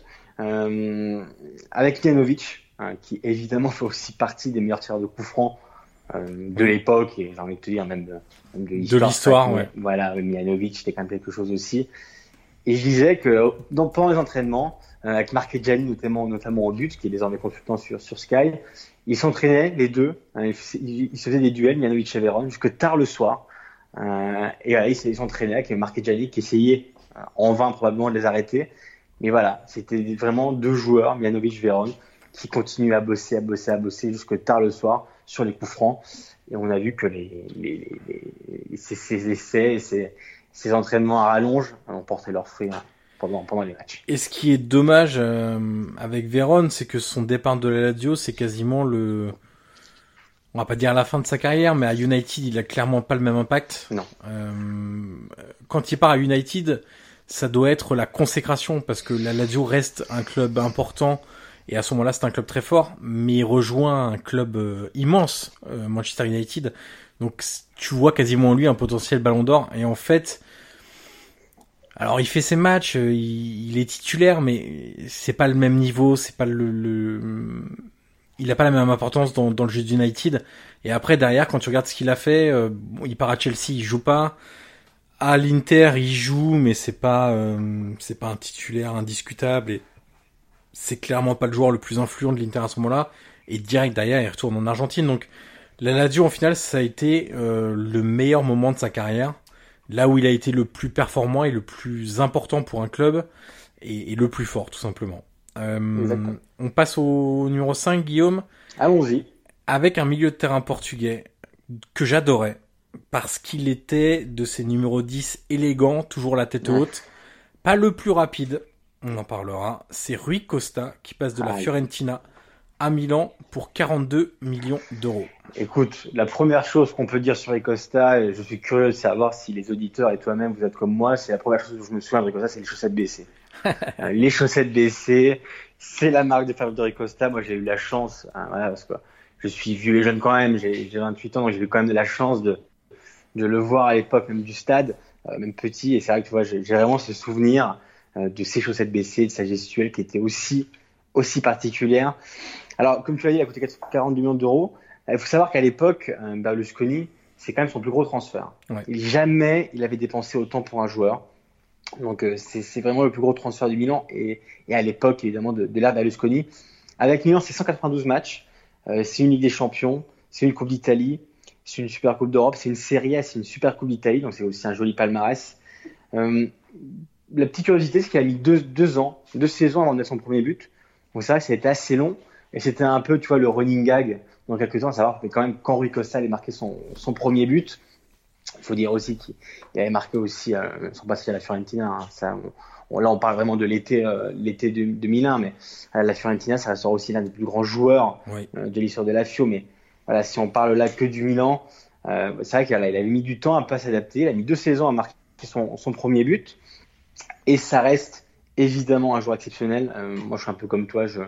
avec Mijanovic, qui évidemment fait aussi partie des meilleurs tireurs de coups francs de l'époque, et j'ai envie de te dire même de l'histoire. Ouais. Voilà, Mijanovic, c'était quand même quelque chose aussi. Et je disais que pendant les entraînements, avec Marchegiani notamment au but, qui est désormais consultant sur Sky, ils s'entraînaient les deux, ils se faisaient des duels, Mijanovic et Veron, jusque tard le soir. Et voilà, ils s'entraînaient avec Marchegiani qui essayait en vain probablement de les arrêter. Mais voilà, c'était vraiment deux joueurs, Mijanovic, Veron, qui continuent à bosser jusque tard le soir sur les coups francs. Et on a vu que ces essais et ces entraînements à rallonge ont porté leurs fruits pendant les matchs. Et ce qui est dommage avec Veron, c'est que son départ de la Lazio, c'est quasiment on va pas dire la fin de sa carrière, mais à United, il a clairement pas le même impact. Non. Quand il part à United, ça doit être la consécration, parce que la Lazio reste un club important, et à ce moment-là, c'est un club très fort, mais il rejoint un club immense, Manchester United. Donc, tu vois quasiment en lui un potentiel Ballon d'Or, et en fait, alors il fait ses matchs, il est titulaire, mais c'est pas le même niveau, c'est pas il a pas la même importance dans le jeu d'United. Et après, derrière, quand tu regardes ce qu'il a fait, il part à Chelsea, il joue pas. À l'Inter, il joue, mais c'est pas un titulaire indiscutable, et c'est clairement pas le joueur le plus influent de l'Inter à ce moment-là. Et direct derrière, il retourne en Argentine. Donc, la Lazio, en finale, ça a été le meilleur moment de sa carrière. Là où il a été le plus performant et le plus important pour un club, et le plus fort, tout simplement. On passe au numéro 5, Guillaume. Allons-y. Avec un milieu de terrain portugais que j'adorais, parce qu'il était de ces numéros 10 élégants, toujours la tête haute, pas le plus rapide, on en parlera, c'est Rui Costa qui passe de la Fiorentina à Milan pour 42 millions d'euros. Écoute, la première chose qu'on peut dire sur Rui Costa, et je suis curieux de savoir si les auditeurs et toi-même vous êtes comme moi, c'est la première chose dont je me souviens de Rui Costa, c'est les chaussettes baissées. Les chaussettes baissées, c'est la marque de fabrique de Rui Costa. Moi, j'ai eu la chance, parce que je suis vieux et jeune quand même, j'ai 28 ans, donc j'ai eu quand même de la chance de le voir à l'époque même du stade, même petit, et c'est vrai que tu vois, j'ai vraiment ce souvenir de ses chaussettes baissées, de sa gestuelle qui était aussi particulière. Alors, comme tu l'as dit, il a coûté 42 millions d'euros. Il faut savoir qu'à l'époque, Berlusconi, c'est quand même son plus gros transfert. Ouais. Jamais il avait dépensé autant pour un joueur. Donc, c'est vraiment le plus gros transfert du Milan, et à l'époque, évidemment, de l'ère Berlusconi. Avec Milan, c'est 192 matchs, c'est une Ligue des Champions, c'est une Coupe d'Italie, c'est une Super Coupe d'Europe, c'est une Serie A, c'est une Super Coupe d'Italie, donc c'est aussi un joli palmarès. La petite curiosité, c'est qu'il a mis deux saisons avant de mettre son premier but. Donc c'est vrai que c'était assez long, et c'était un peu, tu vois, le running gag dans quelques temps, à savoir que quand même, quand Rui Costa allait marquer son premier but, il faut dire aussi qu'il avait marqué aussi son passage à la Fiorentina. Là, on parle vraiment de l'été 2001, mais la Fiorentina, ça restera aussi l'un des plus grands joueurs de l'histoire de la Fio. Mais voilà, si on parle là que du Milan, c'est vrai qu'il avait mis du temps à pas s'adapter. Il a mis 2 saisons à marquer son premier but, et ça reste évidemment un joueur exceptionnel. Moi, je suis un peu comme toi. Je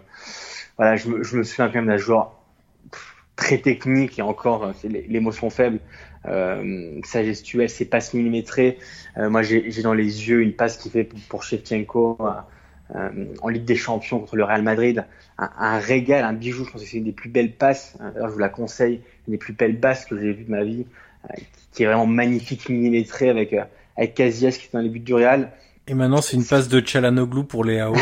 me souviens quand même d'un joueur très technique, et encore, l'émotion faible. Sa gestuelle, ses passes millimétrées. Moi, j'ai dans les yeux une passe qu'il fait pour Shevchenko en Ligue des Champions contre le Real Madrid. Un régal, un bijou. Je pense que c'est une des plus belles passes. D'ailleurs, je vous la conseille, une des plus belles passes que j'ai vues de ma vie, qui est vraiment magnifique, millimétrée, avec Casillas qui est dans les buts du Real. Et maintenant, c'est une passe de Çalhanoğlu pour les AO.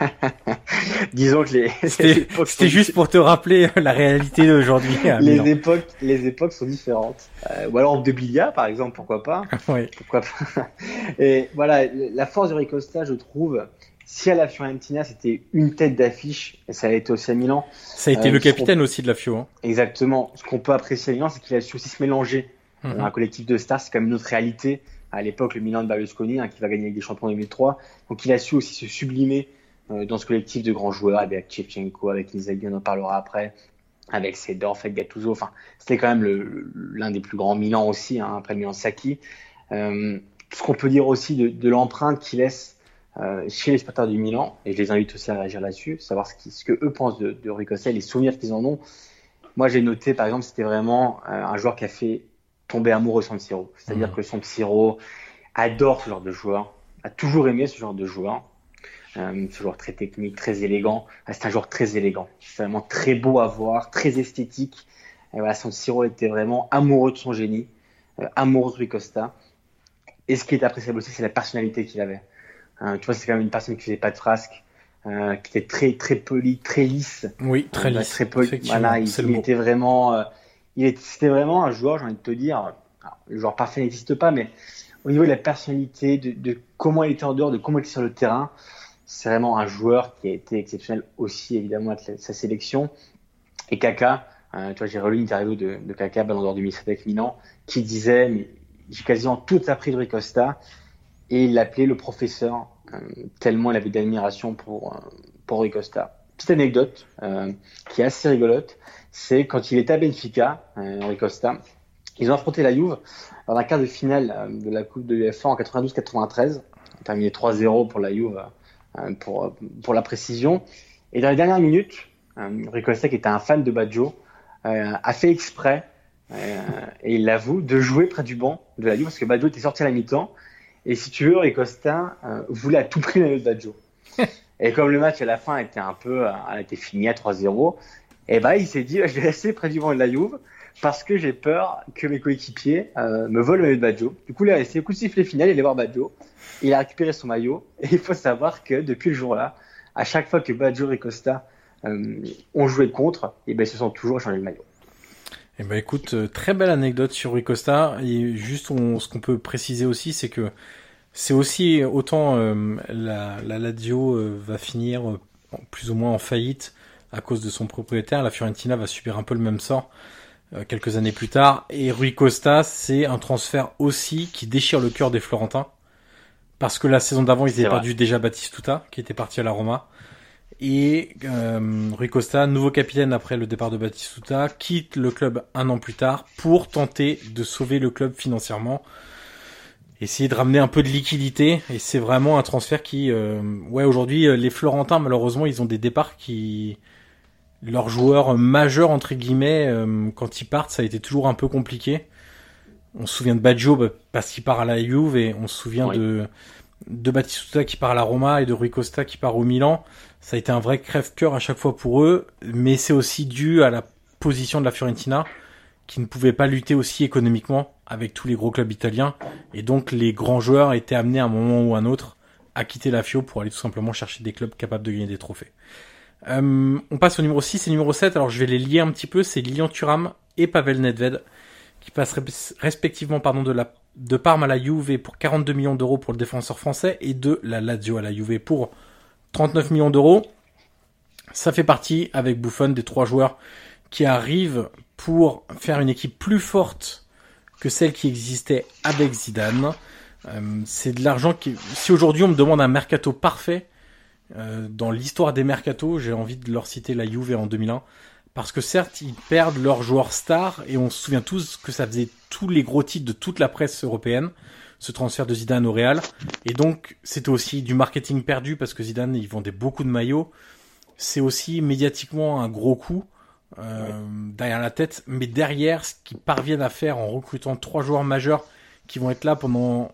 Disons que c'était juste pour te rappeler la réalité d'aujourd'hui. Les époques sont différentes. Ou alors de Bilia, par exemple, pourquoi pas. Oui. Pourquoi pas. Et voilà, la force de Rui Costa, je trouve, si à la Fiorentina, c'était une tête d'affiche, et ça a été aussi à Milan. Ça a été le capitaine aussi de la Fio. Hein. Exactement. Ce qu'on peut apprécier à Milan, c'est qu'il a su aussi se mélanger. Un collectif de stars, c'est quand même une autre réalité. À l'époque, le Milan de Berlusconi, qui va gagner avec des champions en 2003. Donc, il a su aussi se sublimer dans ce collectif de grands joueurs, avec Shevchenko, avec Inzaghi, on en parlera après, avec Seedorf, avec Gattuso. Enfin, c'était quand même l'un des plus grands Milan aussi, après le Milan de Sacchi. Ce qu'on peut dire aussi de l'empreinte qu'il laisse chez les supporters du Milan, et je les invite aussi à réagir là-dessus, savoir ce que eux pensent de Rui Costa, les souvenirs qu'ils en ont. Moi, j'ai noté, par exemple, c'était vraiment un joueur qui a fait tomber amoureux San Siro. C'est-à-dire que San Siro adore ce genre de joueur, a toujours aimé ce genre de joueur. Ce joueur très technique, très élégant. C'est un joueur très élégant. C'est vraiment très beau à voir, très esthétique. Et voilà, San Siro était vraiment amoureux de son génie, amoureux de Rui Costa. Et ce qui est appréciable aussi, c'est la personnalité qu'il avait. Tu vois, c'est quand même une personne qui faisait pas de frasques, qui était très très poli, très lisse. Oui, très lisse. Très poli. Voilà, il était vraiment. C'était vraiment un joueur, j'ai envie de te dire, alors, le joueur parfait n'existe pas, mais au niveau de la personnalité, de comment il était en dehors, de comment il était sur le terrain, c'est vraiment un joueur qui a été exceptionnel aussi, évidemment, avec sa sélection. Et Kaka, tu vois, j'ai relu une interview de Kaka, Ballon d'Or 2007 avec Milan, qui disait, mais j'ai quasiment tout appris de Rui Costa, et il l'appelait le professeur, tellement il avait d'admiration pour Rui Costa. Petite anecdote qui est assez rigolote, c'est quand il était à Benfica, Rui Costa, ils ont affronté la Juve dans un quart de finale de la Coupe de l'UEFA en 92-93, terminé 3-0 pour la Juve, pour la précision. Et dans les dernières minutes, Rui Costa, qui était un fan de Baggio, a fait exprès, et il l'avoue, de jouer près du banc de la Juve parce que Baggio était sorti à la mi-temps. Et si tu veux, Rui Costa voulait à tout prix le de Baggio. Et comme le match à la fin était a été fini à 3-0, et il s'est dit, je vais rester près du banc de la Juve parce que j'ai peur que mes coéquipiers me volent le maillot de Baggio. Du coup, il a resté, coup de sifflet final, il allait voir Baggio. Il a récupéré son maillot. Et il faut savoir que depuis le jour-là, à chaque fois que Baggio et Rui Costa ont joué contre, et ils se sont toujours changé le maillot. Eh ben écoute, très belle anecdote sur Rui Costa. Et juste, ce qu'on peut préciser aussi, c'est que c'est aussi autant la Lazio va finir plus ou moins en faillite à cause de son propriétaire. La Fiorentina va subir un peu le même sort quelques années plus tard. Et Rui Costa, c'est un transfert aussi qui déchire le cœur des Florentins. Parce que la saison d'avant, ils avaient perdu déjà Batistuta, qui était parti à la Roma. Et Rui Costa, nouveau capitaine après le départ de Batistuta, quitte le club un an plus tard pour tenter de sauver le club financièrement, essayer de ramener un peu de liquidité. Et c'est vraiment un transfert qui, aujourd'hui, les Florentins, malheureusement, ils ont des départs qui, leurs joueurs majeurs entre guillemets, quand ils partent, ça a été toujours un peu compliqué. On se souvient de Baggio parce qu'il part à la Juve, et on se souvient de Batistuta qui part à la Roma et de Rui Costa qui part au Milan. Ça a été un vrai crève-cœur à chaque fois pour eux, mais c'est aussi dû à la position de la Fiorentina qui ne pouvait pas lutter aussi économiquement avec tous les gros clubs italiens, et donc les grands joueurs étaient amenés à un moment ou à un autre à quitter la Fio pour aller tout simplement chercher des clubs capables de gagner des trophées. On passe au numéro 6 et numéro 7, alors je vais les lier un petit peu, c'est Lilian Thuram et Pavel Nedved qui passent respectivement de Parme à la Juve pour 42 millions d'euros pour le défenseur français, et de la Lazio à la Juve pour 39 millions d'euros. Ça fait partie, avec Buffon, des 3 joueurs qui arrivent pour faire une équipe plus forte que celle qui existait avec Zidane. C'est de l'argent qui... Si aujourd'hui on me demande un mercato parfait, dans l'histoire des mercatos, j'ai envie de leur citer la Juve en 2001. Parce que certes, ils perdent leurs joueurs stars, et on se souvient tous que ça faisait tous les gros titres de toute la presse européenne, ce transfert de Zidane au Real. Et donc, c'était aussi du marketing perdu, parce que Zidane, il vendait beaucoup de maillots. C'est aussi médiatiquement un gros coup derrière la tête. Mais derrière, ce qu'ils parviennent à faire en recrutant 3 joueurs majeurs qui vont être là pendant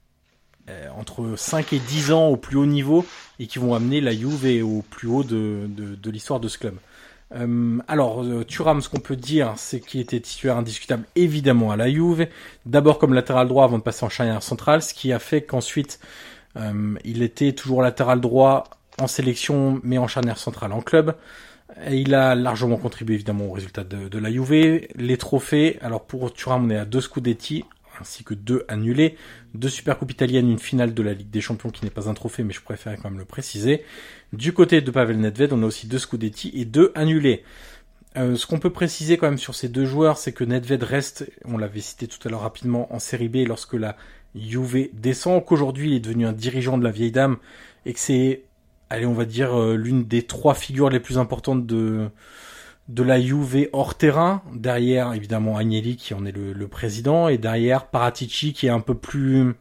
entre 5 et 10 ans au plus haut niveau, et qui vont amener la Juve au plus haut de l'histoire de ce club. Thuram, ce qu'on peut dire, c'est qu'il était titulaire indiscutable évidemment à la Juve, d'abord comme latéral droit avant de passer en charnière centrale, ce qui a fait qu'ensuite il était toujours latéral droit en sélection mais en charnière centrale en club. Et il a largement contribué évidemment au résultat de la Juve. Les trophées, alors pour Thuram on est à 2 Scudetti ainsi que 2 annulés, 2 Supercoupes italiennes, une finale de la Ligue des Champions qui n'est pas un trophée, mais je préfère quand même le préciser. Du côté de Pavel Nedved, on a aussi 2 Scudetti et 2 annulés. Ce qu'on peut préciser quand même sur ces 2 joueurs, c'est que Nedved reste, on l'avait cité tout à l'heure rapidement, en série B lorsque la Juve descend, qu'aujourd'hui il est devenu un dirigeant de la vieille dame, et que c'est, on va dire, l'une des 3 figures les plus importantes de la Juve hors terrain. Derrière, évidemment, Agnelli qui en est le président, et derrière Paratici qui est un peu plus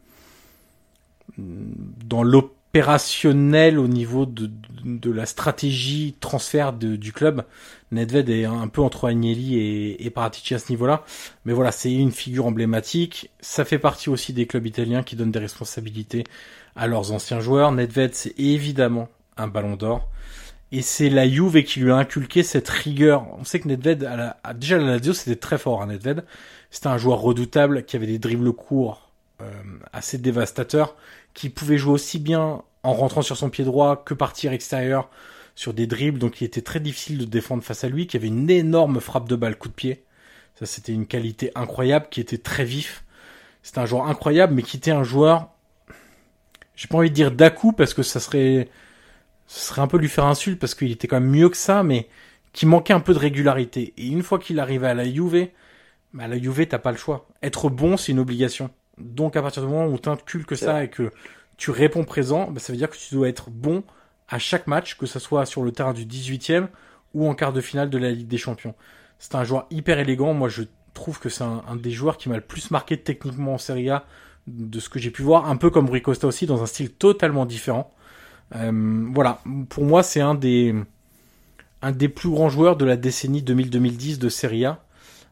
dans l'opérationnel au niveau de la stratégie transfert du club. Nedved est un peu entre Agnelli et Paratici à ce niveau-là. Mais voilà, c'est une figure emblématique. Ça fait partie aussi des clubs italiens qui donnent des responsabilités à leurs anciens joueurs. Nedved, c'est évidemment un ballon d'or. Et c'est la Juve qui lui a inculqué cette rigueur. On sait que Nedved, déjà à la Lazio, c'était très fort, Nedved. C'était un joueur redoutable, qui avait des dribbles courts, assez dévastateurs, qui pouvait jouer aussi bien en rentrant sur son pied droit que par tir extérieur sur des dribbles, donc il était très difficile de défendre face à lui, qui avait une énorme frappe de balle coup de pied. Ça, c'était une qualité incroyable, qui était très vif. C'était un joueur incroyable, mais qui était un joueur, j'ai pas envie de dire d'à-coup, parce que ça serait ce serait un peu lui faire insulte parce qu'il était quand même mieux que ça, mais qui manquait un peu de régularité. Et une fois qu'il arrivait à la Juve, à la Juve, t'as pas le choix. Être bon, c'est une obligation. Donc, à partir du moment où t'incule que ça et que tu réponds présent, ça veut dire que tu dois être bon à chaque match, que ça soit sur le terrain du 18e ou en quart de finale de la Ligue des Champions. C'est un joueur hyper élégant. Moi, je trouve que c'est un des joueurs qui m'a le plus marqué techniquement en Serie A de ce que j'ai pu voir, un peu comme Rui Costa aussi, dans un style totalement différent. Voilà, pour moi, c'est un des plus grands joueurs de la décennie 2000-2010 de Serie A.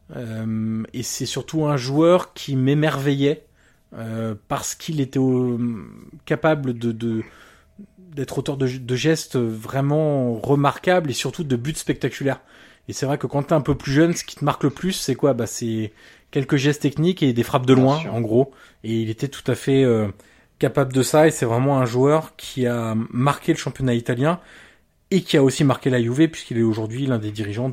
Et c'est surtout un joueur qui m'émerveillait parce qu'il était capable d'être auteur de gestes vraiment remarquables et surtout de buts spectaculaires. Et c'est vrai que quand t'es un peu plus jeune, ce qui te marque le plus, c'est quoi ? C'est quelques gestes techniques et des frappes de loin, en gros. Et il était tout à fait capable de ça. Et c'est vraiment un joueur qui a marqué le championnat italien et qui a aussi marqué la Juve, puisqu'il est aujourd'hui l'un des dirigeants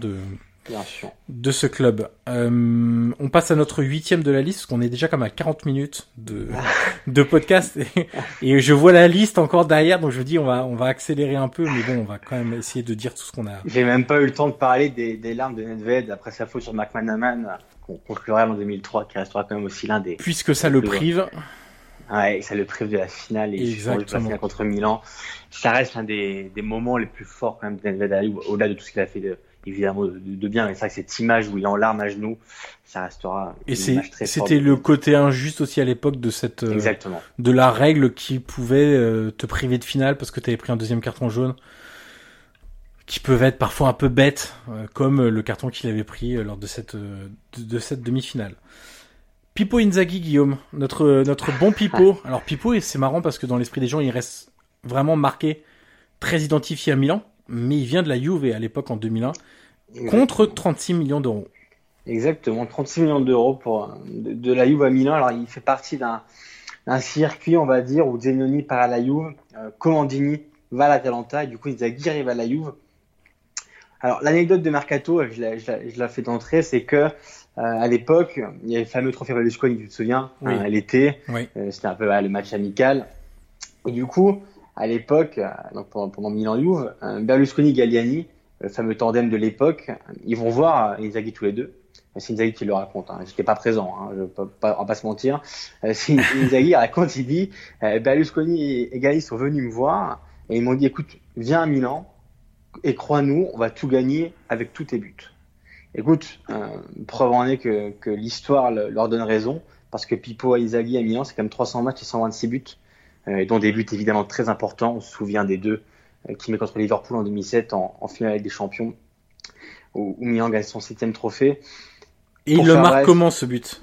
de ce club. On passe à notre 8e de la liste, parce qu'on est déjà comme à 40 minutes de podcast. Et je vois la liste encore derrière, donc je me dis on va accélérer un peu, mais bon, on va quand même essayer de dire tout ce qu'on a. J'ai même pas eu le temps de parler des larmes de Nedved après sa faute sur McManaman contre le Real en 2003, qui restera quand même aussi l'un des... Puisque ça le prive. Ouais, ça le prive de la finale et de la finale contre Milan. Ça reste un des moments les plus forts quand même de Nedved, au-delà de tout ce qu'il a fait évidemment de bien. Mais c'est vrai que cette image où il est en larmes à genoux, ça restera une image très forte. C'était le côté injuste aussi à l'époque de cette de la règle qui pouvait te priver de finale parce que tu avais pris un deuxième carton jaune, qui peuvent être parfois un peu bêtes, comme le carton qu'il avait pris lors de cette demi-finale. Pippo Inzaghi, Guillaume, notre bon Pippo. Alors Pippo, c'est marrant parce que dans l'esprit des gens, il reste vraiment marqué, très identifié à Milan, mais il vient de la Juve à l'époque en 2001, contre 36 millions d'euros. Exactement, 36 millions d'euros de la Juve à Milan. Alors il fait partie d'un circuit, on va dire, où Zaniolo part à la Juve, Comandini va à l'Atalanta, et du coup Inzaghi arrive à la Juve. Alors l'anecdote de Mercato, je la fais d'entrée, c'est que à l'époque, il y avait le fameux trophée Berlusconi, tu te souviens, l'été, c'était un peu le match amical. Et du coup, à l'époque, donc pendant Milan-Juve, Berlusconi, Galliani, le fameux tandem de l'époque, ils vont voir Inzaghi tous les deux. C'est Inzaghi qui le raconte, hein. J'étais pas présent, hein. On va pas se mentir. Inzaghi raconte, il dit, Berlusconi et Galliani sont venus me voir et ils m'ont dit, écoute, viens à Milan et crois-nous, on va tout gagner avec tous tes buts. Écoute, preuve en est que l'histoire leur donne raison, parce que Pippo Inzaghi à Milan, c'est quand même 300 matchs et 126 buts, dont des buts évidemment très importants. On se souvient des deux qu'il met contre Liverpool en 2007 en finale avec des champions, où Milan gagne son 7e trophée. Et il le marque comment, ce but?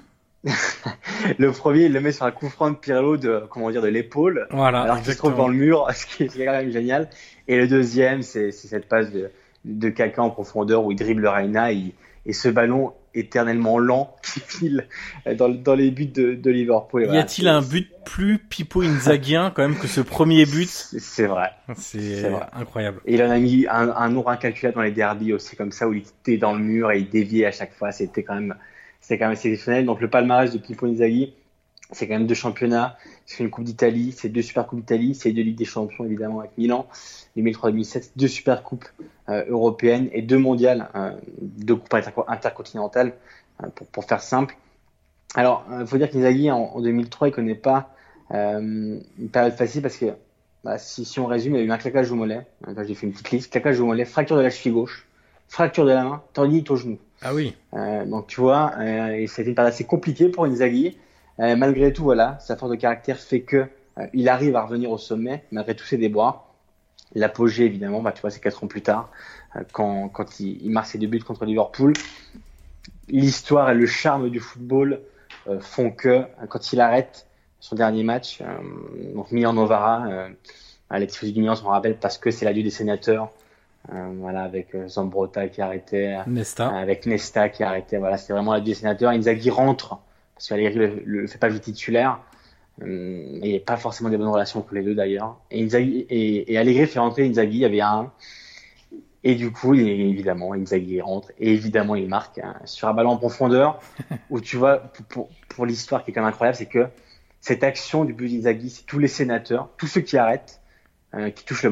Le premier, il le met sur un coup franc de Pirlo de l'épaule, voilà, alors qu'il se trouve dans le mur, ce qui est quand même génial. Et le deuxième, c'est cette passe de Kaka en profondeur où il dribble Reina et ce ballon éternellement lent qui file dans les buts de Liverpool. Y a-t-il un but plus Pippo Inzaghien quand même que ce premier but? C'est vrai. C'est vrai. Incroyable. Et il en a mis un nombre incalculable dans les derbies aussi, comme ça, où il était dans le mur et il déviait à chaque fois. C'était quand même exceptionnel. Donc le palmarès de Pippo Inzaghi, c'est quand même 2 championnats, c'est une Coupe d'Italie, c'est 2 Super Coupes d'Italie, c'est 2 Ligues des Champions évidemment avec Milan, 2003-2007, 2 Super Coupes européennes et 2 mondiales, 2 coupes intercontinentales, pour faire simple. Alors, il faut dire qu'Inzaghi en 2003, il connaît pas une période facile parce que si on résume, il y a eu un claquage au mollet. J'ai fait une petite liste: claquage au mollet, fracture de la cheville gauche, fracture de la main, tendinite au genou. Ah oui. Donc tu vois, et c'était une période assez compliquée pour Inzaghi. Malgré tout, voilà, sa force de caractère fait que il arrive à revenir au sommet malgré tous ses déboires. L'apogée, évidemment, tu vois, c'est 4 ans plus tard, quand il marque ses 2 buts contre Liverpool. L'histoire et le charme du football font que quand il arrête son dernier match, donc Milan-Novara, les tifosi du Milan s'en rappellent parce que c'est l'adieu des sénateurs. Voilà, avec Zambrotta qui arrêtait, avec Nesta qui arrêtait. Voilà, c'est vraiment l'adieu des sénateurs. Inzaghi rentre parce qu'Allegri le fait pas jouer titulaire. Il n'y a pas forcément des bonnes relations entre les deux d'ailleurs. Et Allegri fait rentrer Inzaghi, il y avait un. Et du coup, évidemment, Inzaghi rentre et évidemment il marque sur un ballon en profondeur où tu vois, pour l'histoire qui est quand même incroyable, c'est que cette action du but d'Inzaghi, c'est tous les sénateurs, tous ceux qui arrêtent, qui touchent le ballon.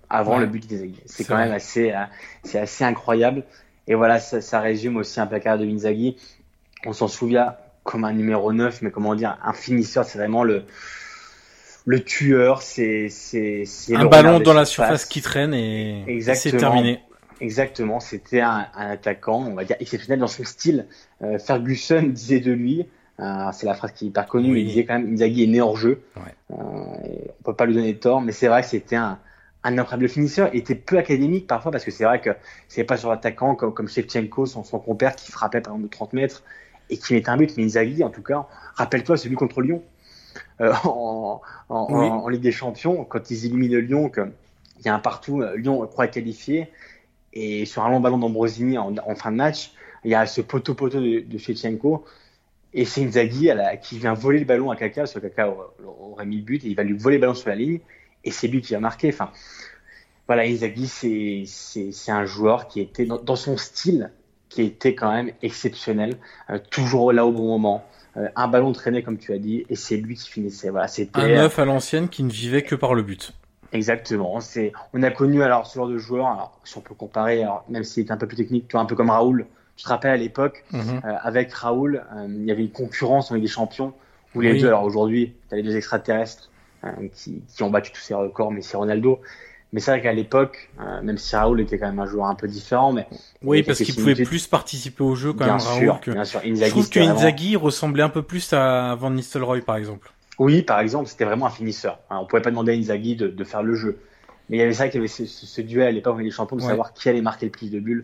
avant le but d'Inzaghi. C'est quand même assez incroyable. Et voilà, ça résume aussi un peu la carrière de Inzaghi. On s'en souvient comme un numéro 9, mais comment dire, un finisseur, c'est vraiment le tueur, c'est un ballon dans la surface qui traîne et c'est terminé. Exactement, c'était un attaquant, on va dire exceptionnel dans son style. Ferguson disait de lui, c'est la phrase qui est hyper connue, il disait quand même Inzaghi est né hors jeu. On peut pas lui donner tort, mais c'est vrai que c'était un incroyable finisseur. Il était peu académique parfois parce que c'est vrai que c'est pas sur l'attaquant comme Shevchenko, son compère qui frappait par exemple de 30 mètres et qui mettait un but. Mais Inzaghi, en tout cas, rappelle-toi celui contre Lyon. En Ligue des Champions, quand ils éliminent Lyon, qu'il y a un partout, Lyon croit qualifié, et sur un long ballon d'Ambrosini en fin de match, il y a ce poteau de Shevchenko, et c'est Inzaghi qui vient voler le ballon à Kaka, parce que Kaka aurait mis le but, et il va lui voler le ballon sur la ligne, et c'est lui qui va marquer. Enfin, voilà, Inzaghi, c'est un joueur qui était dans son style, qui était quand même exceptionnel, toujours là au bon moment. Un ballon traîné comme tu as dit et c'est lui qui finissait. Voilà, c'était un 9 à l'ancienne qui ne vivait que par le but. Exactement. On a connu alors ce genre de joueur. Alors si on peut comparer, même s'il était un peu plus technique, tu vois, un peu comme Raoul. Je te rappelle à l'époque avec Raoul, il y avait une concurrence en Ligue des Champions où les deux. Alors aujourd'hui, tu as les deux extraterrestres qui ont battu tous ces records, Messi, Ronaldo. Mais c'est vrai qu'à l'époque, même si Raoul était quand même un joueur un peu différent, mais oui, parce qu'il pouvait plus participer au jeu quand même. Raoul. Bien sûr. Inzaghi, je trouve que Inzaghi ressemblait un peu plus à Van Nistelrooy, par exemple. Oui, par exemple, c'était vraiment un finisseur. On pouvait pas demander à Inzaghi de faire le jeu, mais il y avait ça, qu'il y avait ce duel à l'époque avec les champions de savoir qui allait marquer le plus de buts.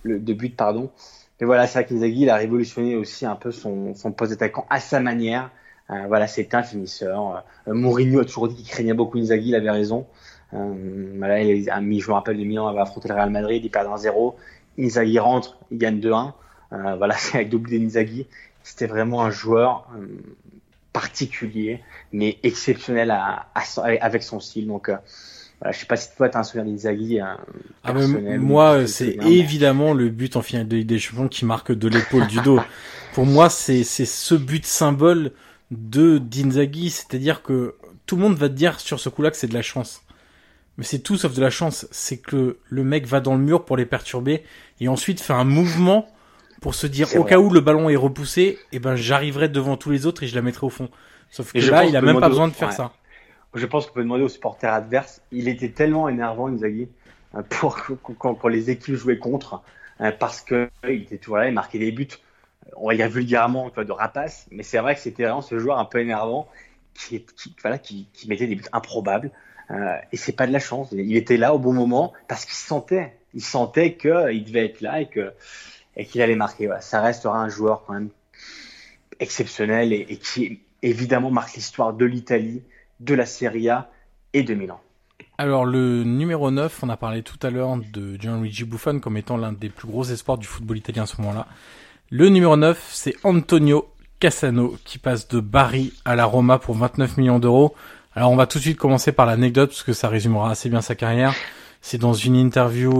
Mais voilà, c'est vrai qu'Inzaghi, il a révolutionné aussi un peu son poste d'attaquant à sa manière. Voilà, c'était un finisseur. Mourinho a toujours dit qu'il craignait beaucoup Inzaghi, il avait raison. Voilà, je me rappelle, le Milan avait affronté le Real Madrid, il perd 1-0, Inzaghi rentre, il gagne 2-1. Voilà, c'est avec doublé d'Inzaghi. C'était vraiment un joueur particulier, mais exceptionnel avec son style. Donc, voilà, je sais pas si toi t'as un souvenir d'Inzaghi personnel. Moi, c'est évidemment le but en finale de Ligue des Champions qui marque de l'épaule du dos. Pour moi, c'est ce but symbole d'Inzaghi, c'est-à-dire que tout le monde va te dire sur ce coup-là que c'est de la chance. Mais c'est tout sauf de la chance. C'est que le mec va dans le mur pour les perturber et ensuite fait un mouvement pour se dire au cas où le ballon est repoussé, j'arriverai devant tous les autres et je la mettrai au fond. Sauf que là, il a même pas besoin de faire ça. Je pense qu'on peut demander aux supporters adverses. Il était tellement énervant, Inzaghi, quand les équipes jouaient contre, parce que il était toujours là, il marquait des buts. On va dire vulgairement, de rapace, mais c'est vrai que c'était vraiment ce joueur un peu énervant qui mettait des buts improbables. Et c'est pas de la chance. Il était là au bon moment parce qu'il sentait qu'il devait être là et qu'il allait marquer. Voilà. Ça restera un joueur quand même exceptionnel et qui évidemment marque l'histoire de l'Italie, de la Serie A et de Milan. Alors le numéro 9, on a parlé tout à l'heure de Gianluigi Buffon comme étant l'un des plus gros espoirs du football italien à ce moment-là. Le numéro 9, c'est Antonio Cassano qui passe de Bari à la Roma pour 29 millions d'euros. Alors on va tout de suite commencer par l'anecdote parce que ça résumera assez bien sa carrière. C'est dans une interview.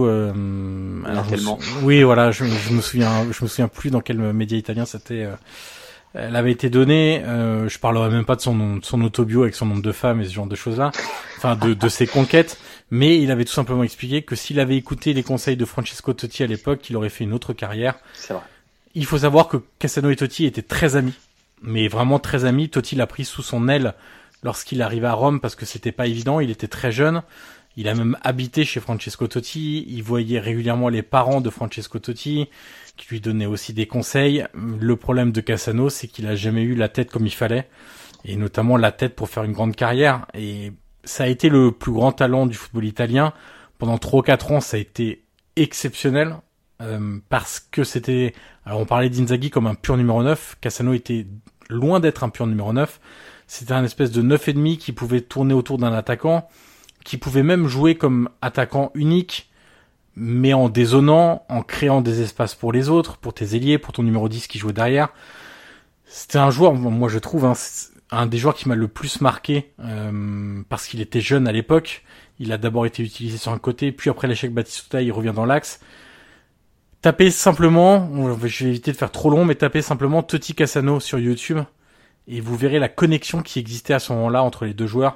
Oui, voilà, je me souviens plus dans quel média italien c'était. Elle avait été donnée. Je parlerai même pas de son autobio avec son nombre de femmes et ce genre de choses-là. Enfin, de ses conquêtes. Mais il avait tout simplement expliqué que s'il avait écouté les conseils de Francesco Totti à l'époque, il aurait fait une autre carrière. C'est vrai. Il faut savoir que Cassano et Totti étaient très amis, mais vraiment très amis. Totti l'a pris sous son aile lorsqu'il arrivait à Rome parce que c'était pas évident. Il était très jeune. Il a même habité chez Francesco Totti. Il voyait régulièrement les parents de Francesco Totti qui lui donnaient aussi des conseils. Le problème de Cassano, c'est qu'il a jamais eu la tête comme il fallait, et notamment la tête pour faire une grande carrière. Et ça a été le plus grand talent du football italien. Pendant 3 ou 4 ans, ça a été exceptionnel. Parce que c'était... Alors on parlait d'Inzaghi comme un pur numéro 9. Cassano était loin d'être un pur numéro 9. C'était un espèce de 9,5 qui pouvait tourner autour d'un attaquant, qui pouvait même jouer comme attaquant unique, mais en dézonant, en créant des espaces pour les autres, pour tes ailiers, pour ton numéro 10 qui jouait derrière. C'était un joueur, moi je trouve, un des joueurs qui m'a le plus marqué, parce qu'il était jeune à l'époque. Il a d'abord été utilisé sur un côté, puis après l'échec Batistuta, il revient dans l'axe. Tapez simplement, je vais éviter de faire trop long, mais tapez simplement Totti Cassano sur YouTube et vous verrez la connexion qui existait à ce moment-là entre les deux joueurs.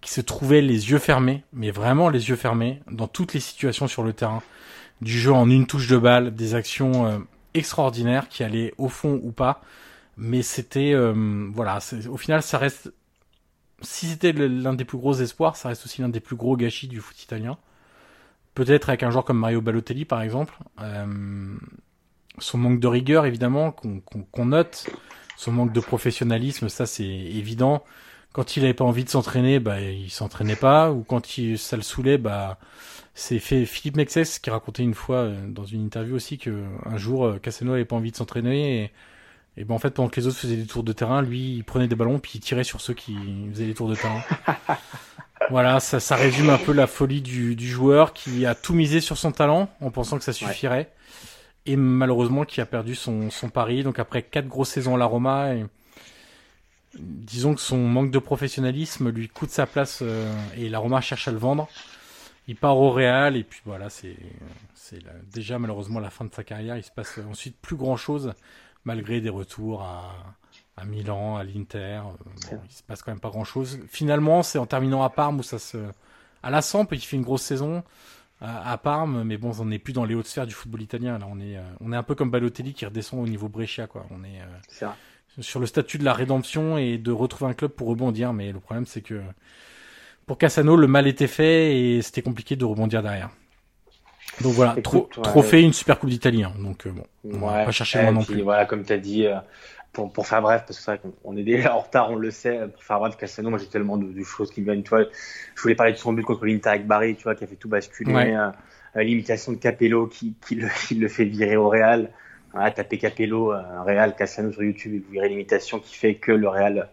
qui se trouvait les yeux fermés, mais vraiment les yeux fermés, dans toutes les situations sur le terrain, du jeu en une touche de balle, des actions extraordinaires qui allaient au fond ou pas, mais c'était au final ça reste, si c'était l'un des plus gros espoirs, ça reste aussi l'un des plus gros gâchis du foot italien. Peut-être avec un joueur comme Mario Balotelli par exemple, son manque de rigueur évidemment qu'on note, son manque de professionnalisme, ça c'est évident. Quand il avait pas envie de s'entraîner, il s'entraînait pas, ou quand ça le saoulait, c'est Philippe Mexès qui racontait une fois dans une interview aussi que un jour Cassano avait pas envie de s'entraîner et en fait pendant que les autres faisaient des tours de terrain, lui il prenait des ballons puis il tirait sur ceux qui faisaient les tours de terrain. Voilà, ça résume un peu la folie du joueur qui a tout misé sur son talent en pensant que ça suffirait et malheureusement qui a perdu son pari. Donc après 4 grosses saisons à la Roma, disons que son manque de professionnalisme lui coûte sa place et la Roma cherche à le vendre. Il part au Real et puis voilà, c'est déjà malheureusement la fin de sa carrière. Il se passe ensuite plus grand chose malgré des retours à Milan, à l'Inter. Il se passe quand même pas grand chose. Finalement, c'est en terminant à Parme où à la Samp, il fait une grosse saison à Parme, mais bon, on n'est plus dans les hautes sphères du football italien. Là, on est un peu comme Balotelli qui redescend au niveau Brescia, quoi. On est sur le statut de la rédemption et de retrouver un club pour rebondir, mais le problème c'est que pour Cassano, le mal était fait et c'était compliqué de rebondir derrière. Donc voilà, trophée, une super coupe d'Italie. Donc on va pas chercher loin non plus. Voilà, comme tu as dit, pour faire bref, parce que c'est vrai qu'on est déjà en retard, on le sait, pour faire bref, Cassano, moi j'ai tellement de choses qui me viennent. Tu vois, je voulais parler de son but contre l'Inter avec Bari, tu vois, qui a fait tout basculer. L'imitation de Capello qui le fait virer au Real. Voilà, tapez Capello, Real Cassano sur YouTube et vous verrez l'imitation qui fait que le Real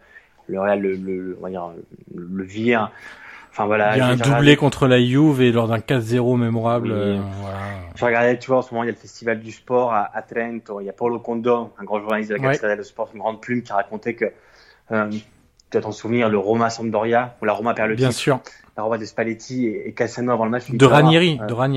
le vire. Enfin voilà. Il y a un doublé contre la Juve et lors d'un 4-0 mémorable. Voilà. Je regardais, tu vois, en ce moment il y a le Festival du Sport à Trento. Il y a Paolo Condò, un grand journaliste de la Gazzetta dello Sport, une grande plume, qui racontait que tu dois t'en souvenir, le Roma Sampdoria où la Roma perd le titre. Bien sûr. La Roma de Spalletti et Cassano avant le match. De Ranieri.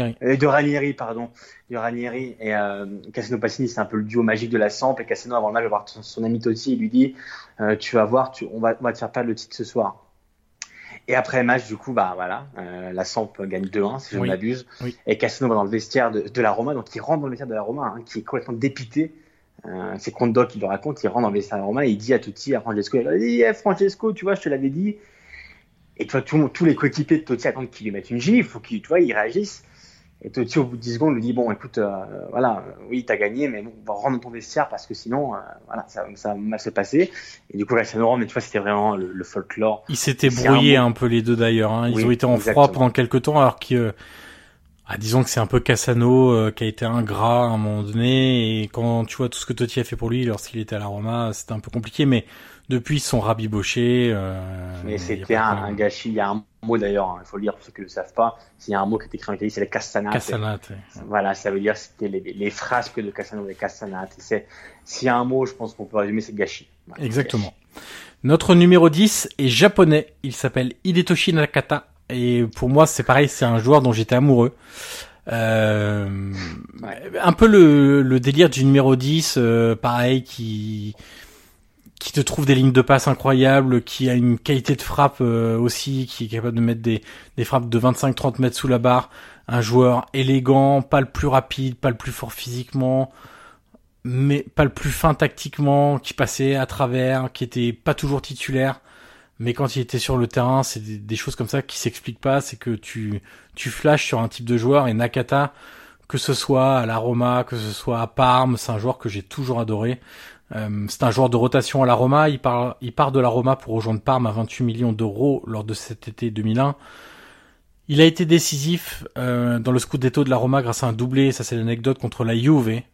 Et Cassano Passini, c'est un peu le duo magique de la Samp. Et Cassano avant le match va voir son ami Totti et lui dit tu vas voir, on va te faire perdre le titre ce soir. Et après le match, du coup, la Samp gagne 2-1 si je ne m'abuse. Oui. Et Cassano va dans le vestiaire de la Roma, donc il rentre dans le vestiaire de la Roma, qui est complètement dépité. C'est Condò qui le raconte. Il rentre dans le vestiaire de la Roma et il dit à Totti, à Francesco, il dit Francesco, tu vois, je te l'avais dit. Et tu vois, tous les coéquipiers de Totti attendent qu'il lui mette une gifle, il faut qu'il réagisse. Et Totti, au bout de 10 secondes, lui dit bon, écoute, oui, t'as gagné, mais bon, on va rendre ton vestiaire parce que sinon, ça va mal se passer. Et du coup, là, ça nous rend, mais tu vois, c'était vraiment le folklore. Ils s'étaient brouillés un peu les deux d'ailleurs. Ils ont été en froid pendant quelques temps, alors que, disons que c'est un peu Cassano qui a été ingrat à un moment donné. Et quand tu vois tout ce que Totti a fait pour lui lorsqu'il était à la Roma, c'était un peu compliqué, mais depuis, ils sont rabibochés. Mais c'était un gâchis. Il y a un mot d'ailleurs, il faut le dire pour ceux qui ne le savent pas. Il y a un mot qui est écrit en Italie, c'est les castanate. Voilà, ça veut dire c'était les frasques de Cassano, les castanate. S'il y a un mot, je pense qu'on peut résumer, c'est gâchis. Voilà, exactement. Gâchis. Notre numéro 10 est japonais. Il s'appelle Hidetoshi Nakata. Et pour moi, c'est pareil, c'est un joueur dont j'étais amoureux. Un peu le délire du numéro 10, pareil, qui te trouve des lignes de passe incroyables, qui a une qualité de frappe aussi, qui est capable de mettre des frappes de 25-30 mètres sous la barre. Un joueur élégant, pas le plus rapide, pas le plus fort physiquement, mais pas le plus fin tactiquement, qui passait à travers, qui était pas toujours titulaire. Mais quand il était sur le terrain, c'est des choses comme ça qui s'expliquent pas. C'est que tu flashes sur un type de joueur, et Nakata, que ce soit à la Roma, que ce soit à Parme, c'est un joueur que j'ai toujours adoré. C'est un joueur de rotation à la Roma. Il part de la Roma pour rejoindre Parme à 28 millions d'euros lors de cet été 2001. Il a été décisif dans le Scudetto de la Roma grâce à un doublé. Ça, c'est l'anecdote contre la Juve.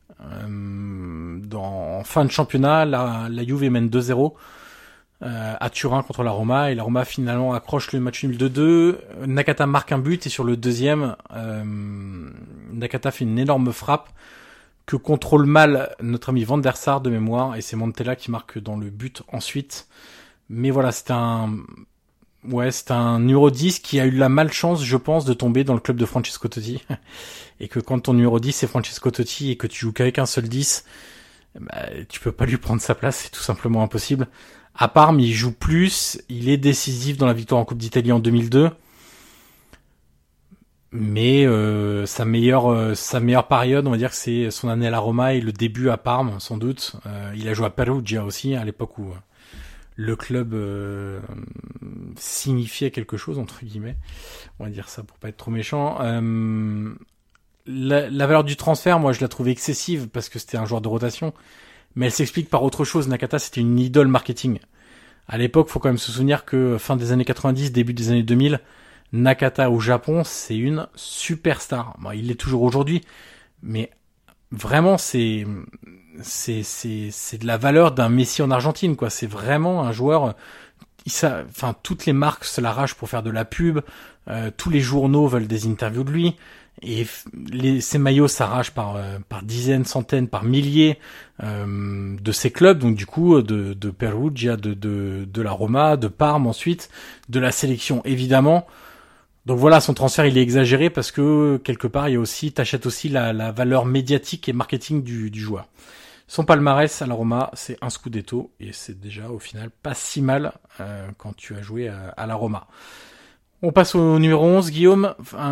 En fin de championnat, la Juve mène 2-0 à Turin contre la Roma, et la Roma finalement accroche le match nul 2-2. Nakata marque un but, et sur le deuxième, Nakata fait une énorme frappe que contrôle mal notre ami Van der Sar de mémoire, et c'est Montella qui marque dans le but ensuite. Mais voilà, c'est un numéro 10 qui a eu la malchance, je pense, de tomber dans le club de Francesco Totti. Et que quand ton numéro 10 c'est Francesco Totti et que tu joues qu'avec un seul 10, tu peux pas lui prendre sa place, c'est tout simplement impossible. À Parme, il joue plus, il est décisif dans la victoire en Coupe d'Italie en 2002. Mais sa meilleure période, on va dire que c'est son année à la Roma et le début à Parme, sans doute. Il a joué à Perugia aussi, à l'époque où le club signifiait quelque chose, entre guillemets. On va dire ça pour pas être trop méchant. La valeur du transfert, moi, je la trouve excessive parce que c'était un joueur de rotation. Mais elle s'explique par autre chose. Nakata, c'était une idole marketing. À l'époque, faut quand même se souvenir que fin des années 90, début des années 2000, Nakata au Japon, c'est une superstar. Bon, il l'est toujours aujourd'hui, mais vraiment, c'est de la valeur d'un Messi en Argentine, quoi. C'est vraiment un joueur. Toutes les marques se l'arrachent pour faire de la pub. Tous les journaux veulent des interviews de lui. Et ces maillots s'arrachent par dizaines, centaines, par milliers de ces clubs. Donc du coup, de Perugia, de la Roma, de Parme ensuite, de la sélection évidemment. Donc voilà, son transfert il est exagéré parce que quelque part t'achètes aussi la valeur médiatique et marketing du joueur. Son palmarès à la Roma, c'est un Scudetto et c'est déjà au final pas si mal quand tu as joué à la Roma. On passe au numéro 11, Guillaume,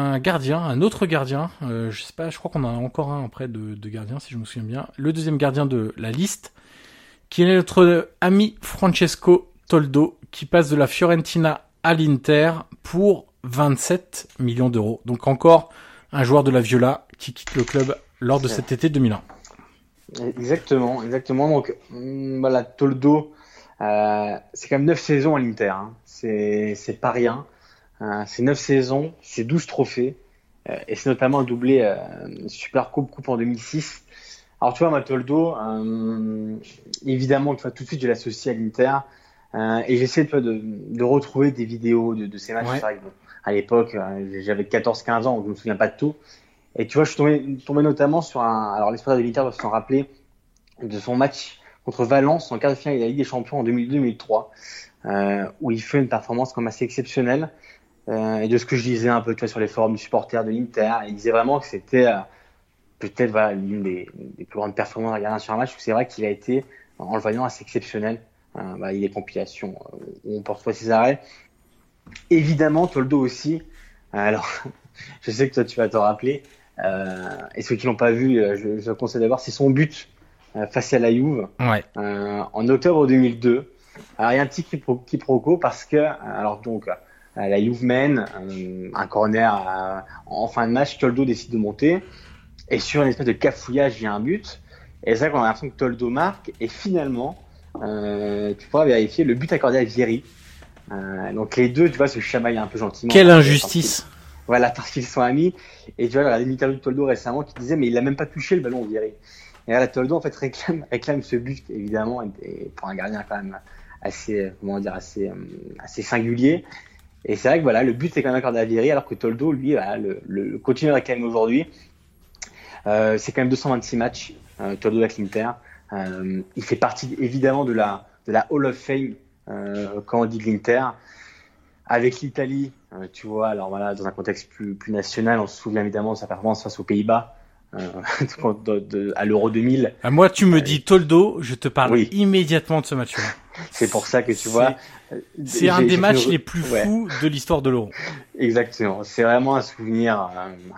un autre gardien, je sais pas, je crois qu'on en a encore un après de gardiens si je me souviens bien. Le deuxième gardien de la liste, qui est notre ami Francesco Toldo, qui passe de la Fiorentina à l'Inter pour 27 millions d'euros. Donc encore un joueur de la Viola qui quitte le club lors de cet été 2001. Exactement. Donc voilà, Toldo, c'est quand même 9 saisons à l'Inter. Hein. C'est pas rien. C'est 9 saisons, c'est 12 trophées. Et c'est notamment un doublé Super Coupe en 2006. Alors tu vois, moi, Toldo, évidemment, tu vois, tout de suite, je l'associe à l'Inter. Et j'essaie de retrouver des vidéos de ces matchs. Ouais. C'est vrai que, bon, à l'époque, j'avais 14-15 ans, donc je me souviens pas de tout. Et tu vois, je suis tombé notamment sur alors les supporters de l'Inter doivent s'en rappeler de son match contre Valence en quart de finale de la Ligue des Champions en 2002-2003, où il fait une performance comme assez exceptionnelle. Et de ce que je disais un peu, tu vois, sur les forums de supporters de l'Inter, il disait vraiment que c'était peut-être voilà, l'une des plus grandes performances à regarder sur un match, où c'est vrai qu'il a été, en le voyant, assez exceptionnel. Il y a des compilations où on peut retrouver ses arrêts. Évidemment, Toldo aussi. Alors, je sais que toi, tu vas t'en rappeler. Et ceux qui l'ont pas vu, je conseille d'avoir, c'est son but face à la Juve en octobre 2002. Alors, il y a un petit quiproquo parce que, alors donc, la Juve mène un corner en fin de match, Toldo décide de monter et sur une espèce de cafouillage, il y a un but. Et c'est vrai qu'on a l'impression que Toldo marque et finalement, tu pourras vérifier le but accordé à Vieri. Donc les deux, tu vois, se chamaillent un peu gentiment. Quelle injustice! Voilà, parce qu'ils sont amis. Et tu vois, il y a une interview de Toldo récemment qui disait, mais il a même pas touché le ballon au Vieri. Et là, Toldo, en fait, réclame ce but, évidemment, et pour un gardien quand même assez singulier. Et c'est vrai que voilà, le but est quand même accordé à Vieri, alors que Toldo, lui, voilà, le continue à réclamer aujourd'hui. C'est quand même 226 matchs, Toldo avec l'Inter. Il fait partie, évidemment, de la Hall of Fame, quand on dit de l'Inter. Avec l'Italie, tu vois, alors voilà, dans un contexte plus national, on se souvient évidemment de sa performance face aux Pays-Bas à l'Euro 2000. Moi, tu me dis Toldo, je te parle immédiatement de ce match-là. C'est pour ça que tu vois. C'est un des matchs les plus fous de l'histoire de l'Euro. Exactement. C'est vraiment un souvenir.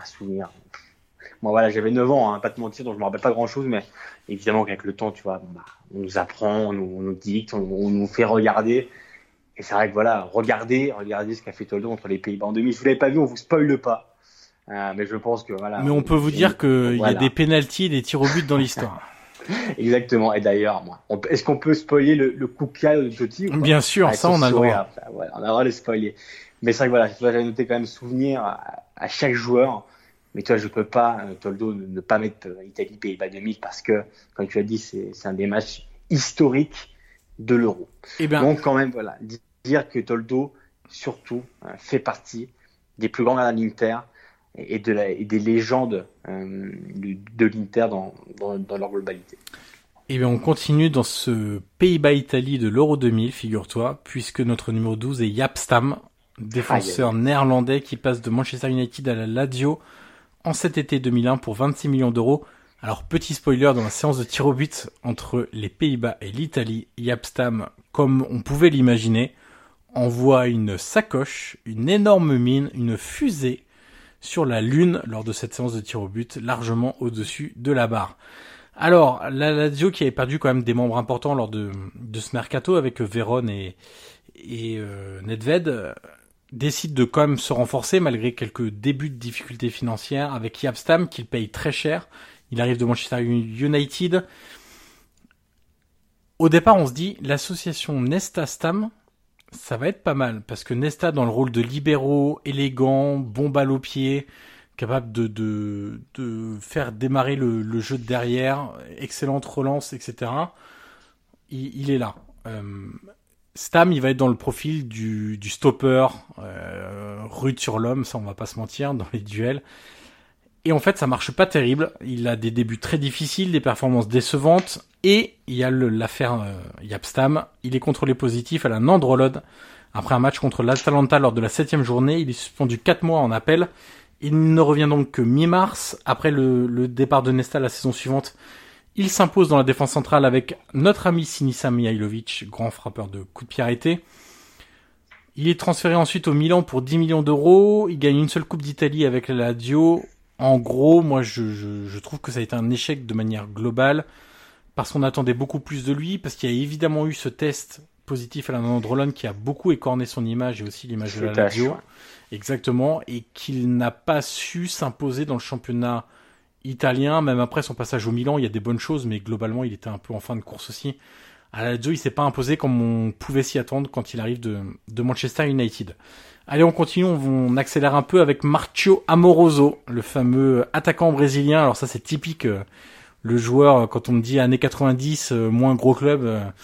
Moi, voilà, j'avais 9 ans, hein, pas te mentir, donc je me rappelle pas grand-chose, mais évidemment qu'avec le temps, tu vois, on nous apprend, on nous dicte, on nous fait regarder. Et c'est vrai que voilà, regardez ce qu'a fait Toldo contre les Pays-Bas en 2000. Si vous l'avez pas vu, on vous spoile pas. Mais je pense que voilà. Mais on peut vous dire qu'il y a des pénaltys et des tirs au but dans l'histoire. Exactement. Et d'ailleurs, est-ce qu'on peut spoiler le cucchiaio de Totti? Bien sûr, ça on a le droit. Voilà, on a le droit de le spoiler. Mais c'est vrai que voilà, j'avais noté quand même souvenir à chaque joueur. Mais toi, je peux pas, Toldo, ne pas mettre Italie-Pays-Bas 2000 parce que, comme tu as dit, c'est un des matchs historiques de l'Euro. Donc quand même, voilà, dire que Toldo, surtout, fait partie des plus grands gardiens de l'Inter et des légendes de l'Inter dans leur globalité. Et bien on continue dans ce Pays-Bas-Italie de l'Euro 2000, figure-toi, puisque notre numéro 12 est Jaap Stam, défenseur néerlandais qui passe de Manchester United à la Lazio en cet été 2001 pour 26 millions d'euros. Alors, petit spoiler, dans la séance de tir au but entre les Pays-Bas et l'Italie, Jaap Stam, comme on pouvait l'imaginer, envoie une sacoche, une énorme mine, une fusée sur la Lune lors de cette séance de tir au but, largement au-dessus de la barre. Alors, la Lazio qui avait perdu quand même des membres importants lors de ce mercato avec Vérone et Nedved, décide de quand même se renforcer malgré quelques débuts de difficultés financières avec Jaap Stam qu'il paye très cher. Il arrive de Manchester United. Au départ, on se dit, l'association Nesta-Stam, ça va être pas mal, parce que Nesta, dans le rôle de libéraux, élégant, bon balle au pied, capable de faire démarrer le jeu de derrière, excellente relance, etc. Il est là. Stam, il va être dans le profil du stopper, rude sur l'homme, ça on va pas se mentir, dans les duels. Et en fait, ça marche pas terrible. Il a des débuts très difficiles, des performances décevantes. Et il y a l'affaire Jaap Stam. Il est contrôlé positif à la nandrolone. Après un match contre l'Atalanta lors de la 7e journée, il est suspendu 4 mois en appel. Il ne revient donc que mi-mars. Après le départ de Nesta la saison suivante, il s'impose dans la défense centrale avec notre ami Sinisa Mihajlovic, grand frappeur de coups de pied arrêtés. Il est transféré ensuite au Milan pour 10 millions d'euros. Il gagne une seule Coupe d'Italie avec la Lazio. En gros, moi, je trouve que ça a été un échec de manière globale parce qu'on attendait beaucoup plus de lui, parce qu'il y a évidemment eu ce test positif à la nandrolone qui a beaucoup écorné son image et aussi l'image de la Lazio. Exactement. Et qu'il n'a pas su s'imposer dans le championnat italien. Même après son passage au Milan, il y a des bonnes choses, mais globalement, il était un peu en fin de course aussi. À la Lazio, il s'est pas imposé comme on pouvait s'y attendre quand il arrive de Manchester United. Allez, on continue, on accélère un peu avec Marcio Amoroso, le fameux attaquant brésilien. Alors ça, c'est typique, le joueur, quand on me dit années 90, moins gros club,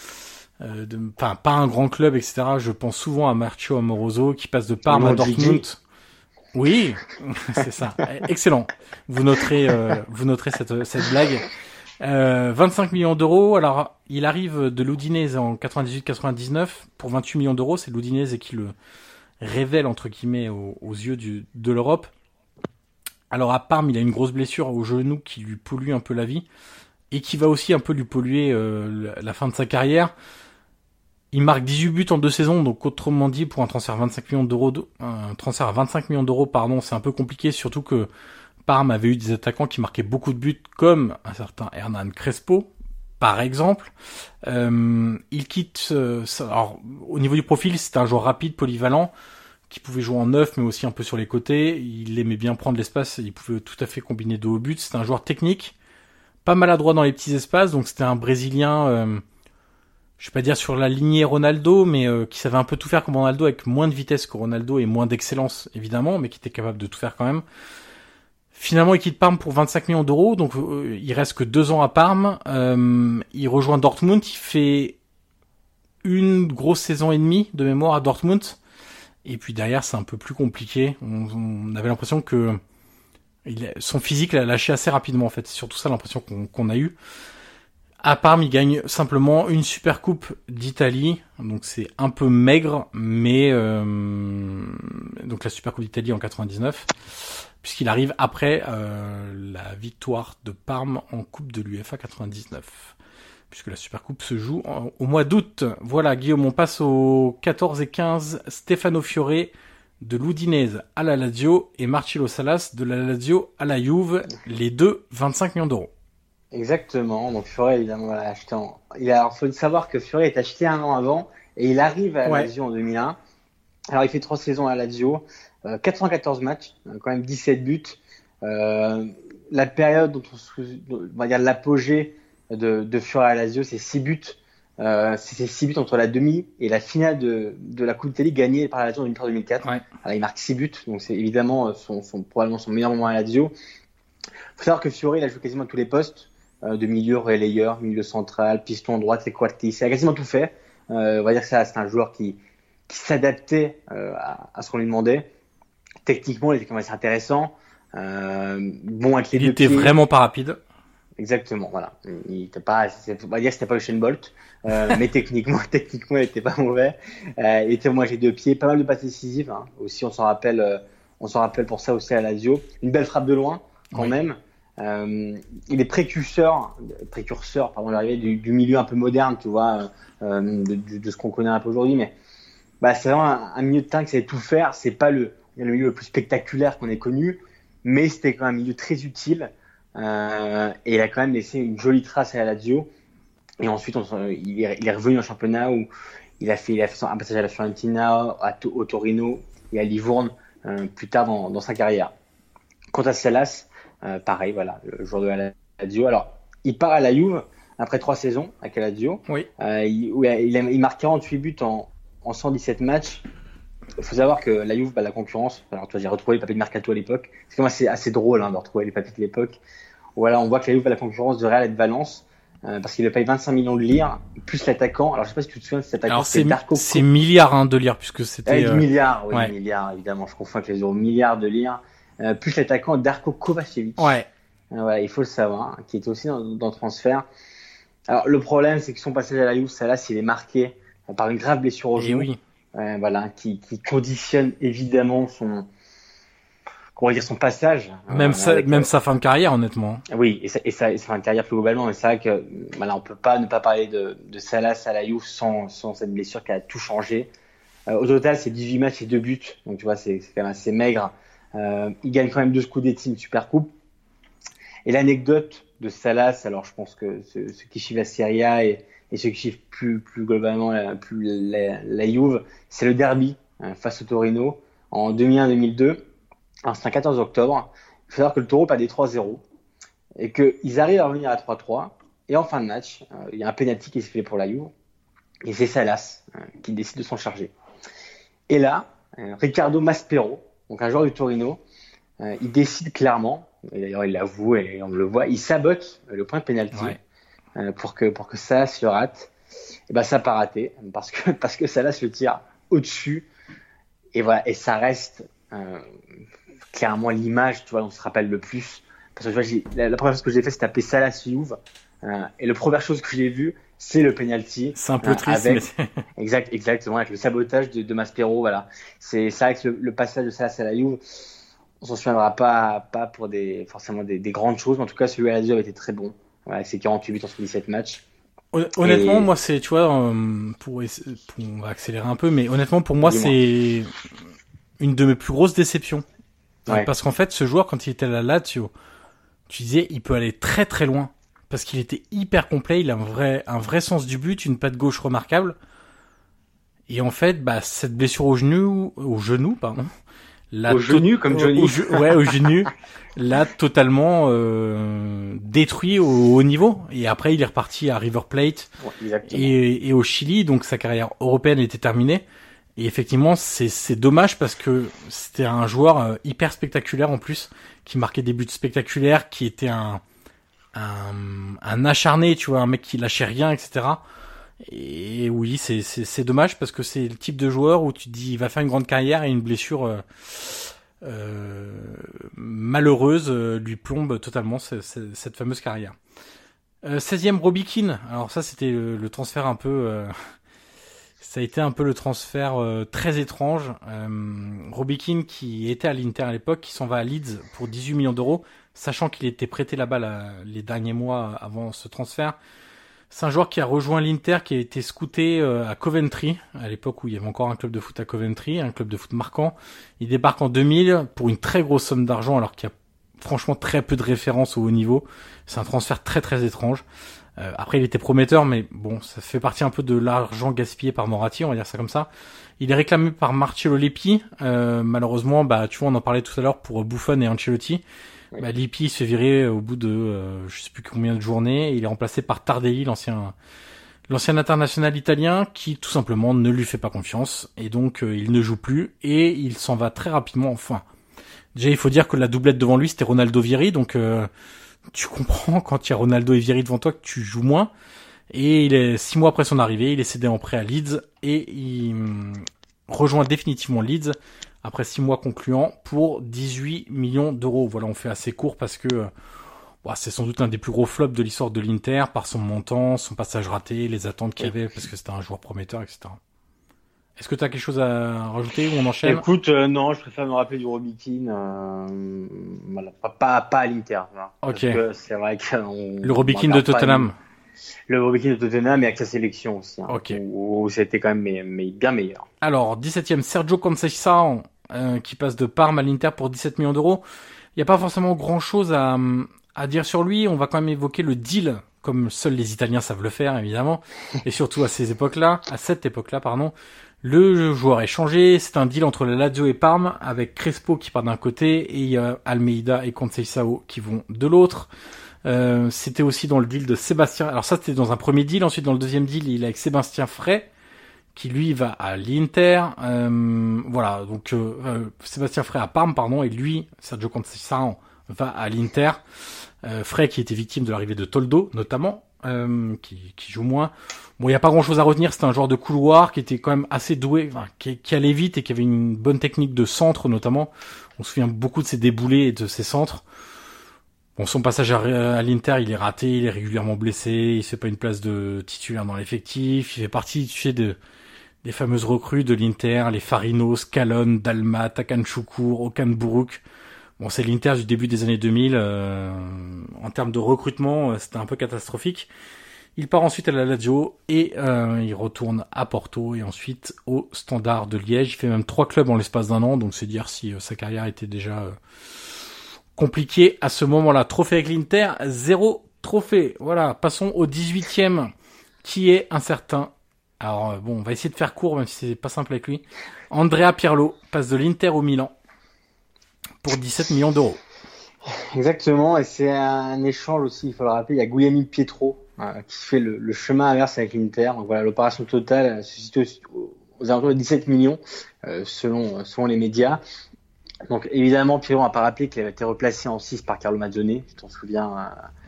enfin pas un grand club, etc. Je pense souvent à Marcio Amoroso, qui passe de Parme à Dortmund. Oui, c'est ça. Excellent. Vous noterez cette blague. 25 millions d'euros. Alors, il arrive de l'Udinese en 98-99 pour 28 millions d'euros. C'est l'Udinese qui le révèle entre guillemets aux yeux de l'Europe. Alors à Parme, il a une grosse blessure au genou qui lui pollue un peu la vie et qui va aussi un peu lui polluer la fin de sa carrière. Il marque 18 buts en 2 saisons, donc autrement dit pour un transfert à 25 millions d'euros, c'est un peu compliqué, surtout que Parme avait eu des attaquants qui marquaient beaucoup de buts, comme un certain Hernan Crespo, par exemple. Il quitte... alors, au niveau du profil, c'était un joueur rapide, polyvalent, qui pouvait jouer en neuf, mais aussi un peu sur les côtés. Il aimait bien prendre l'espace, il pouvait tout à fait combiner de hauts buts. C'était un joueur technique, pas maladroit dans les petits espaces, donc c'était un Brésilien... je vais pas dire sur la lignée Ronaldo, mais qui savait un peu tout faire comme Ronaldo, avec moins de vitesse que Ronaldo et moins d'excellence, évidemment, mais qui était capable de tout faire quand même. Finalement, il quitte Parme pour 25 millions d'euros, donc il reste que 2 ans à Parme. Il rejoint Dortmund, il fait une grosse saison et demie de mémoire à Dortmund, et puis derrière, c'est un peu plus compliqué. On avait l'impression que son physique l'a lâché assez rapidement, en fait. C'est surtout ça l'impression qu'on a eue. À Parme, il gagne simplement une super coupe d'Italie, donc c'est un peu maigre, mais donc la super coupe d'Italie en 99, puisqu'il arrive après la victoire de Parme en coupe de l'UEFA 99, puisque la super coupe se joue au mois d'août. Voilà, Guillaume, on passe aux 14 et 15, Stefano Fiore de l'Udinese à la Lazio et Marcelo Salas de la Lazio à la Juve, les deux 25 millions d'euros. Exactement. Donc Fiore, évidemment, l'a acheté alors, faut savoir que Fiore est acheté un an avant et il arrive à la Lazio en 2001. Alors, il fait 3 saisons à la Lazio, 414 matchs, quand même 17 buts. La période dont on va dire l'apogée de Fiore à la Lazio, c'est 6 buts. C'est 6 buts entre la demi et la finale de la Coupe d'Italie gagnée par la Lazio en 2003-2004. Ouais. Alors, il marque 6 buts, donc c'est évidemment probablement son meilleur moment à la Lazio. Faut savoir que Fiore, il a joué quasiment à tous les postes. De milieu relayeur, milieu central, piston droite, trequartiste, il a quasiment tout fait. On va dire que c'est un joueur qui s'adaptait à ce qu'on lui demandait. Techniquement, il était quand même assez intéressant. Bon avec les deux pieds. Il était vraiment pas rapide. Exactement, voilà. Il était pas, on va dire que c'était pas le Usain Bolt, mais techniquement, il était pas mauvais. Il était moi j'ai 2 pieds, pas mal de passes décisives. Hein. Aussi, on s'en rappelle pour ça aussi à Lazio. Une belle frappe de loin, quand même. il est précurseur pardon, l'arrivée du milieu un peu moderne, tu vois, de ce qu'on connaît un peu aujourd'hui. Mais c'est vraiment un milieu de terrain qui savait tout faire. C'est pas le milieu le plus spectaculaire qu'on ait connu, mais c'était quand même un milieu très utile. Et il a quand même laissé une jolie trace à la Lazio. Et ensuite, il est revenu en championnat où il a fait un passage à la Fiorentina, au Torino et à Livourne plus tard dans sa carrière. Quant à Salas, pareil, voilà, le joueur de la Lazio. Alors, il part à la Juve après 3 saisons avec la Lazio. Oui. Il marque 48 buts en 117 matchs. Il faut savoir que la Juve, la concurrence. Alors, toi, j'ai retrouvé les papiers de Mercato à l'époque. C'est quand même assez drôle de retrouver les papiers de l'époque. Voilà, on voit que la Juve a la concurrence de Real et de Valence. Parce qu'il le paye 25 millions de lire, plus l'attaquant. Alors, je sais pas si tu te souviens de cet attaquant. Alors, c'est milliards de lire, puisque c'était... milliards, oui, ouais. Milliards, évidemment. Je confonds avec les euros. Milliards de lire. Plus l'attaquant Darko Kovacevic. Ouais. Voilà, il faut le savoir, qui était aussi dans le transfert. Alors, le problème, c'est que son passage à la Juve, Salas, il est marqué par une grave blessure au genou. Oui. Voilà, qui conditionne évidemment son passage. Même sa fin de carrière, honnêtement. Oui, et sa fin de carrière plus globalement. Mais c'est vrai que, on peut pas ne pas parler de Salas à la Juve sans cette blessure qui a tout changé. Au total, c'est 18 matchs et 2 buts. Donc, tu vois, c'est quand même assez maigre. Il gagne quand même 2 Scudetti, une super coupe. Et l'anecdote de Salas, alors je pense que ceux qui suivent la Serie A et ceux qui suivent plus globalement la Juve, c'est le derby face au Torino en 2001-2002. Alors c'est un 14 octobre. Il faut savoir que le Toro perdait 3-0 et qu'ils arrivent à revenir à 3-3. Et en fin de match, il y a un penalty qui se fait pour la Juve. Et c'est Salas qui décide de s'en charger. Et là, Riccardo Maspero, donc un joueur du Torino, il décide clairement, et d'ailleurs il l'avoue et on le voit, il sabote le point de pénalty pour que Salas le rate. Et ça n'a pas raté parce que Salas le tire au-dessus et voilà, et ça reste clairement l'image, tu vois, on se rappelle le plus parce que tu vois, la première chose que j'ai fait c'est taper Salas Juve et la première chose que j'ai vue c'est le penalty. C'est un peu triste. Exactement, avec le sabotage de Maspero, voilà. C'est vrai que le passage de Salas à la Juve, on s'en souviendra pas pour forcément des grandes choses, mais en tout cas, celui à la Lazio avait été très bon. Voilà, c'est 48 buts en 17 matchs. Honnêtement, moi, c'est, tu vois, on va accélérer un peu, mais honnêtement, pour moi, c'est une de mes plus grosses déceptions. Ouais. Parce qu'en fait, ce joueur, quand il était à la Lazio, tu disais, il peut aller très très loin. Parce qu'il était hyper complet, il a un vrai sens du but, une patte gauche remarquable. Et en fait, cette blessure au genou, pardon. Au genou, comme Johnny. Au genou. L'a totalement détruit au haut niveau. Et après, il est reparti à River Plate et au Chili. Donc, sa carrière européenne était terminée. Et effectivement, c'est dommage parce que c'était un joueur hyper spectaculaire en plus, qui marquait des buts spectaculaires, qui était un acharné, tu vois, un mec qui lâchait rien, etc. Et oui, c'est dommage parce que c'est le type de joueur où tu te dis il va faire une grande carrière et une blessure malheureuse lui plombe totalement cette fameuse carrière. 16e Robbie Keane. Alors ça c'était le transfert un peu ça a été un peu le transfert très étrange. Robbie Keane qui était à l'Inter à l'époque, qui s'en va à Leeds pour 18 millions d'euros, sachant qu'il était prêté là-bas les derniers mois avant ce transfert. C'est un joueur qui a rejoint l'Inter, qui a été scouté à Coventry, à l'époque où il y avait encore un club de foot à Coventry, un club de foot marquant. Il débarque en 2000 pour une très grosse somme d'argent, alors qu'il y a franchement très peu de références au haut niveau. C'est un transfert très très étrange. Après, il était prometteur, mais bon, ça fait partie un peu de l'argent gaspillé par Moratti, on va dire ça comme ça. Il est réclamé par Marcello Lippi. Malheureusement, tu vois, on en parlait tout à l'heure pour Buffon et Ancelotti. Lippi se fait virer au bout de je sais plus combien de journées. Il est remplacé par Tardelli, l'ancien international italien, qui tout simplement ne lui fait pas confiance et donc il ne joue plus et il s'en va très rapidement. Enfin, déjà il faut dire que la doublette devant lui c'était Ronaldo Vieri, donc tu comprends quand il y a Ronaldo et Vieri devant toi que tu joues moins. Et 6 mois après son arrivée, il est cédé en prêt à Leeds et il rejoint définitivement Leeds après 6 mois concluants pour 18 millions d'euros. Voilà, on fait assez court parce que c'est sans doute un des plus gros flops de l'histoire de l'Inter par son montant, son passage raté, les attentes qu'il y avait parce que c'était un joueur prometteur, etc. Est-ce que tu as quelque chose à rajouter ou on enchaîne? Écoute, non, je préfère me rappeler du Robikin, voilà, pas à l'Inter. Voilà. Ok. Parce que c'est vrai que le Robikin de Tottenham. Le Robikin de Tottenham et avec sa sélection aussi, hein, Ok. où c'était quand même bien meilleur. Alors, 17e, Sergio Conceição, qui passe de Parme à l'Inter pour 17 millions d'euros. Il n'y a pas forcément grand-chose à dire sur lui. On va quand même évoquer le deal, comme seuls les Italiens savent le faire, évidemment. Et surtout à cette époque-là, pardon. Le joueur est changé. C'est un deal entre la Lazio et Parme, avec Crespo qui part d'un côté, et il y a Almeida et Conceição qui vont de l'autre. C'était aussi dans le deal de Sébastien. Alors ça, c'était dans un premier deal. Ensuite, dans le deuxième deal, il est avec Sébastien Frey, qui lui va à l'Inter. Voilà, donc Sébastien Frey à Parme, pardon, et lui, Sergio Conceição, va à l'Inter. Frey qui était victime de l'arrivée de Toldo, notamment, qui joue moins. Bon, il n'y a pas grand-chose à retenir. C'était un joueur de couloir qui était quand même assez doué, enfin, qui allait vite et qui avait une bonne technique de centre, notamment. On se souvient beaucoup de ses déboulés et de ses centres. Bon, son passage à l'Inter, il est raté, il est régulièrement blessé, il se fait pas une place de titulaire dans l'effectif, il fait partie, tu sais, des fameuses recrues de l'Inter, les Farinos, Calonne, Dalmat, Akanchoukour, Okan Buruk. Bon, c'est l'Inter du début des années 2000, en termes de recrutement, c'était un peu catastrophique. Il part ensuite à la Lazio et il retourne à Porto et ensuite au Standard de Liège. Il fait même 3 clubs en l'espace d'un an, donc c'est dire si sa carrière était déjà compliqué à ce moment-là. Trophée avec l'Inter, 0 trophée. Voilà, passons au 18e, qui est un certain... Alors bon, on va essayer de faire court, même si c'est pas simple avec lui. Andrea Pirlo passe de l'Inter au Milan pour 17 millions d'euros. Exactement, et c'est un échange aussi, il faut le rappeler. Il y a Guglielmo Pietro qui fait le chemin inverse avec l'Inter. Donc voilà, l'opération totale se situe aux alentours de 17 millions, selon les médias. Donc évidemment, Pirlo n'a pas rappelé qu'il avait été replacé en 6 par Carlo Mazzone. Tu t'en souviens,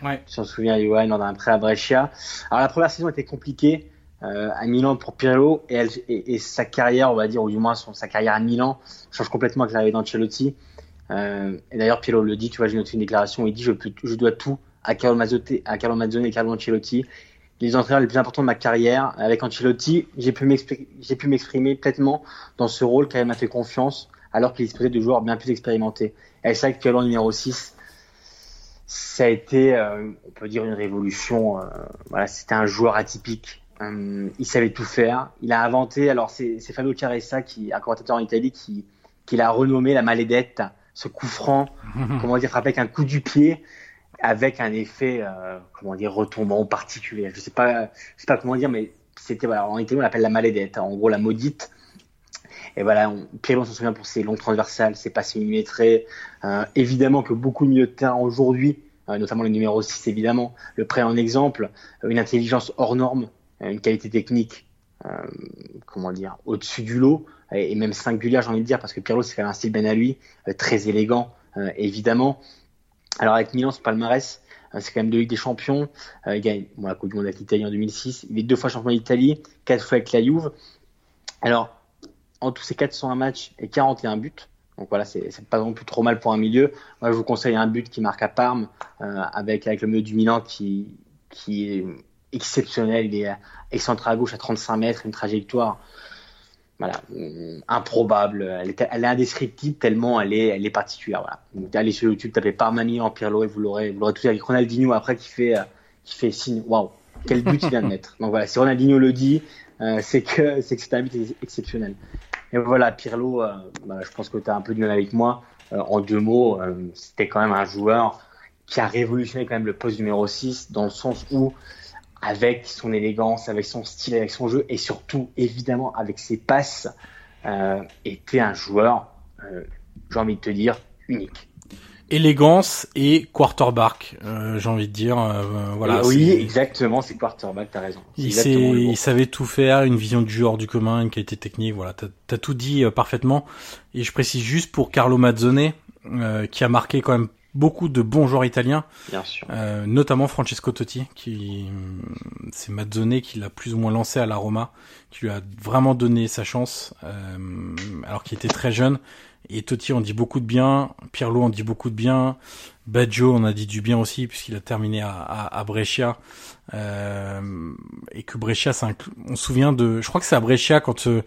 Johan, lors d'un prêt à Brescia. Alors la première saison était compliquée à Milan pour Pirlo et sa carrière, on va dire, ou du moins sa carrière à Milan change complètement avec l'arrivée d'Ancelotti. Et d'ailleurs, Pirlo le dit, tu vois, j'ai noté une déclaration où il dit je dois tout à Carlo Mazzone et Carlo Ancelotti, les entraîneurs les plus importants de ma carrière. Avec Ancelotti, j'ai pu m'exprimer pleinement dans ce rôle car il m'a fait confiance, alors qu'il disposait de joueurs bien plus expérimentés. Et c'est vrai que Pirlo numéro 6, ça a été, on peut dire, une révolution. Voilà, c'était un joueur atypique. Il savait tout faire. Il a inventé, alors c'est Fabio Caressa, un commentateur en Italie, qui l'a renommé la maledette, ce coup franc, frappé avec un coup du pied, avec un effet, retombant particulier. Je sais pas comment dire, mais c'était, voilà, en Italie on l'appelle la maledette, en gros la maudite. Et voilà, Pirlo s'en souvient pour ses longues transversales, ses passes millimétrées. Évidemment que beaucoup de milieux de terrain aujourd'hui, notamment le numéro 6 évidemment, le prennent en exemple, une intelligence hors norme, une qualité technique, au-dessus du lot, et même singulière, j'ai envie de dire, parce que Pirlo c'est quand même un style bien à lui, très élégant, évidemment. Alors avec Milan, son palmarès, c'est quand même 2 Ligues des Champions, il gagne la Coupe du Monde avec l'Italie en 2006, il est 2 fois champion d'Italie, 4 fois avec la Juve. Alors, en tout, c'est 401 matchs et 41 buts. Donc voilà, c'est pas non plus trop mal pour un milieu. Moi, je vous conseille un but qui marque à Parme, avec le milieu du Milan qui est exceptionnel. Il est excentré à gauche à 35 mètres, une trajectoire, voilà, improbable. Elle est indescriptible tellement elle est particulière. Voilà. Donc, allez sur YouTube, tapez Parma Milan Pirlo et vous l'aurez tout avec Ronaldinho après qui fait signe. Waouh, quel but il vient de mettre. Donc voilà, si Ronaldinho le dit, c'est que c'est un but exceptionnel. Et voilà, Pirlo, je pense que tu as un peu du mal avec moi. En 2 mots, c'était quand même un joueur qui a révolutionné quand même le poste numéro 6, dans le sens où, avec son élégance, avec son style, avec son jeu, et surtout, évidemment, avec ses passes, était un joueur, j'ai envie de te dire, unique. Élégance et quarterback, j'ai envie de dire, voilà. Oui, exactement, c'est quarterback, t'as raison. Il savait tout faire, une vision du jeu hors du commun, une qualité technique, voilà, t'as tout dit parfaitement. Et je précise juste pour Carlo Mazzone, qui a marqué quand même beaucoup de bons joueurs italiens, bien sûr. Notamment Francesco Totti, c'est Mazzone qui l'a plus ou moins lancé à la Roma, qui lui a vraiment donné sa chance, alors qu'il était très jeune. Et Totti en dit beaucoup de bien, Pirlo en dit beaucoup de bien, Baggio en a dit du bien aussi puisqu'il a terminé à Brescia, et que Brescia, on se souvient je crois que c'est à Brescia quand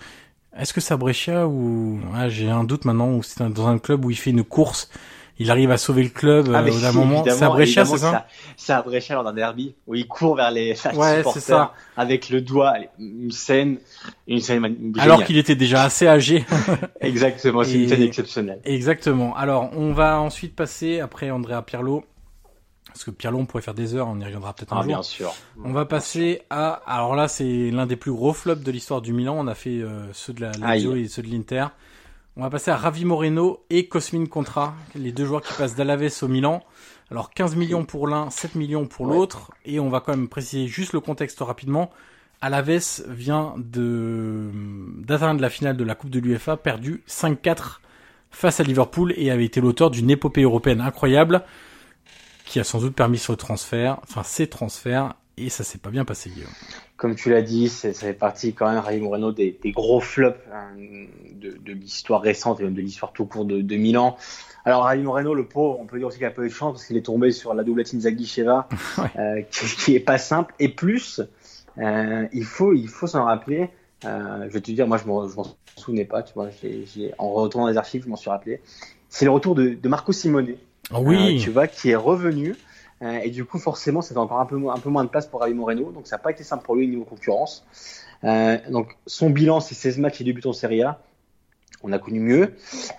Est-ce que c'est à Brescia ou j'ai un doute maintenant, ou c'est dans un club où il fait une course, il arrive à sauver le club d'un moment. C'est à Brescia, c'est ça? C'est à Brescia lors d'un derby où il court vers les supporters c'est ça. Avec le doigt, une scène géniale. Alors qu'il était déjà assez âgé. Exactement, c'est une scène exceptionnelle. Exactement. Alors, on va ensuite passer après Andrea Pirlo. Parce que Pirlo, on pourrait faire des heures, on y reviendra peut-être un jour. Bien sûr. On va passer à... Alors là, c'est l'un des plus gros flops de l'histoire du Milan. On a fait ceux de la Lazio et ceux de l'Inter. On va passer à Javi Moreno et Cosmin Contra, les deux joueurs qui passent d'Alaves au Milan. Alors 15 millions pour l'un, 7 millions pour l'autre. Et on va quand même préciser juste le contexte rapidement. Alaves vient d'atteindre la finale de la Coupe de l'UEFA, perdu 5-4 face à Liverpool et avait été l'auteur d'une épopée européenne incroyable qui a sans doute permis ces transferts, et ça s'est pas bien passé, Guillaume. Comme tu l'as dit, ça fait partie quand même, Javi Moreno, des gros flops de l'histoire récente et même de l'histoire tout court de Milan. Alors Javi Moreno, le pauvre, on peut dire aussi qu'il a pas eu de chance parce qu'il est tombé sur la doublette Inzaghi-Cheva, qui est pas simple. Et plus, il faut s'en rappeler. Je vais te dire, moi je m'en souvenais pas, tu vois. En retournant les archives, je m'en suis rappelé. C'est le retour de Marco Simone. Oui. Tu vois, qui est revenu. Et du coup, forcément, c'était encore un peu moins de place pour Javi Moreno. Donc, ça n'a pas été simple pour lui au niveau concurrence. Donc, son bilan, c'est 16 matchs et 2 buts en Serie A. On a connu mieux.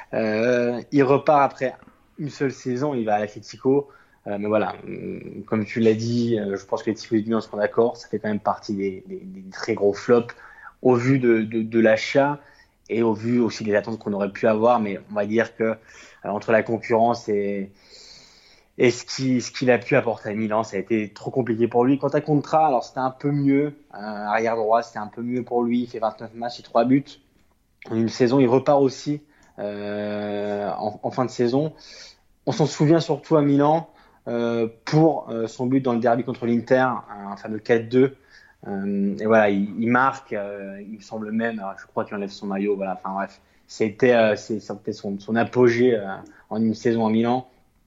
Il repart après une seule saison. Il va à l'Atlético. Mais voilà, comme tu l'as dit, je pense que les tifosi du Milan seront d'accord. Ça fait quand même partie des très gros flops au vu de l'achat et au vu aussi des attentes qu'on aurait pu avoir. Mais on va dire que entre la concurrence et ce qu'il a pu apporter à Milan, ça a été trop compliqué pour lui. Quant à Contra, alors c'était un peu mieux. Arrière droit, c'était un peu mieux pour lui. Il fait 29 matchs et 3 buts. En une saison, il repart aussi en fin de saison. On s'en souvient surtout à Milan pour son but dans le derby contre l'Inter, un fameux 4-2. Et voilà, il marque, il me semble même, je crois qu'il enlève son maillot. Voilà, enfin bref, c'était son apogée en une saison à Milan.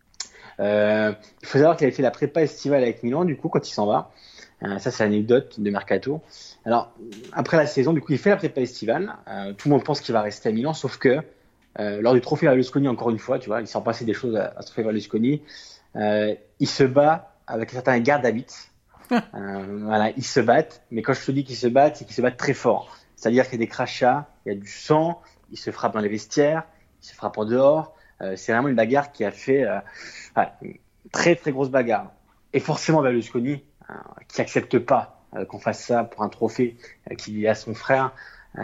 Il faut savoir qu'il avait fait la prépa estivale avec Milan, du coup, quand il s'en va. Ça, c'est l'anecdote de Mercato. Alors, après la saison, du coup, il fait la prépa estivale. Tout le monde pense qu'il va rester à Milan, sauf que lors du trophée Berlusconi, encore une fois, tu vois, il s'en passait des choses à ce trophée Berlusconi. Il se bat avec un certain Gardabit. Voilà, ils se battent. Mais quand je te dis qu'ils se battent, c'est qu'ils se battent très fort. C'est-à-dire qu'il y a des crachats, il y a du sang, ils se frappent dans les vestiaires, ils se frappent en dehors. C'est vraiment une bagarre qui a fait une très très grosse bagarre. Et forcément Berlusconi, qui accepte pas qu'on fasse ça pour un trophée qu'il a à son frère,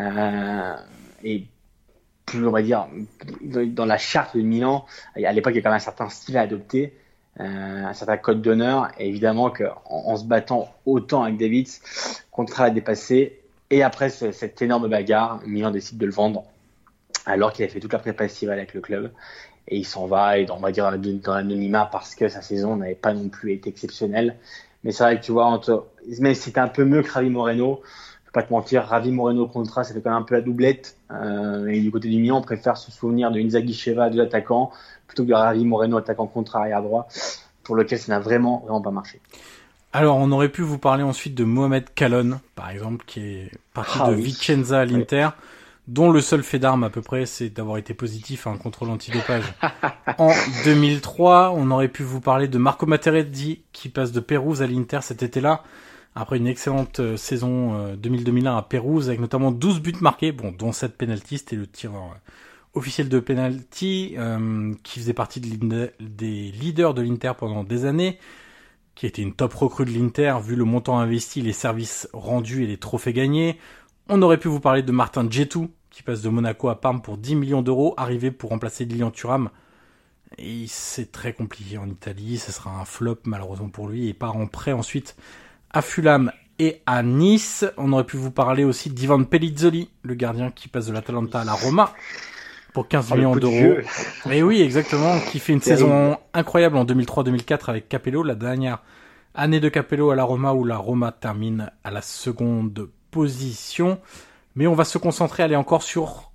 et plus on va dire dans la charte de Milan, à l'époque il y a quand même un certain style à adopter, un certain code d'honneur, et évidemment qu'en se battant autant avec Davids, Contra l'a dépassé, et après cette énorme bagarre, Milan décide de le vendre alors qu'il a fait toute la prépa estivale avec le club. Et il s'en va, et on va dire dans l'anonymat, parce que sa saison n'avait pas non plus été exceptionnelle. Mais c'est vrai que tu vois, même si c'était un peu mieux que Javi Moreno, je peux pas te mentir, Javi Moreno Contra, ça fait quand même un peu la doublette. Et du côté du Milan, on préfère se souvenir de Inzaghi-Cheva, de l'attaquant, plutôt que de Javi Moreno, attaquant Contra arrière droit, pour lequel ça n'a vraiment pas marché. Alors, on aurait pu vous parler ensuite de Mohamed Kallon, par exemple, qui est parti de Vicenza à l'Inter. Oui. Dont le seul fait d'arme à peu près, c'est d'avoir été positif à un contrôle antidopage. En 2003, on aurait pu vous parler de Marco Materazzi, qui passe de Pérouse à l'Inter cet été-là, après une excellente saison 2000-2001 à Pérouse, avec notamment 12 buts marqués, dont 7 pénaltys, c'était le tireur officiel de pénalty, qui faisait partie des leaders de l'Inter pendant des années, qui était une top recrue de l'Inter, vu le montant investi, les services rendus et les trophées gagnés. On aurait pu vous parler de Martin Djetou, qui passe de Monaco à Parme pour 10 millions d'euros, arrivé pour remplacer Lilian Thuram. Et c'est très compliqué en Italie, ce sera un flop malheureusement pour lui, et part en prêt ensuite à Fulham et à Nice. On aurait pu vous parler aussi d'Ivan Pellizzoli, le gardien qui passe de l'Atalanta à la Roma pour 15 millions d'euros. Et oui, exactement, qui fait une saison incroyable en 2003-2004 avec Capello, la dernière année de Capello à la Roma, où la Roma termine à la seconde position. Mais on va se concentrer, aller encore sur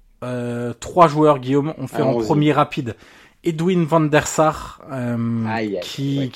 3 joueurs, Guillaume. On fait en premier rapide. Edwin van der Sar, qui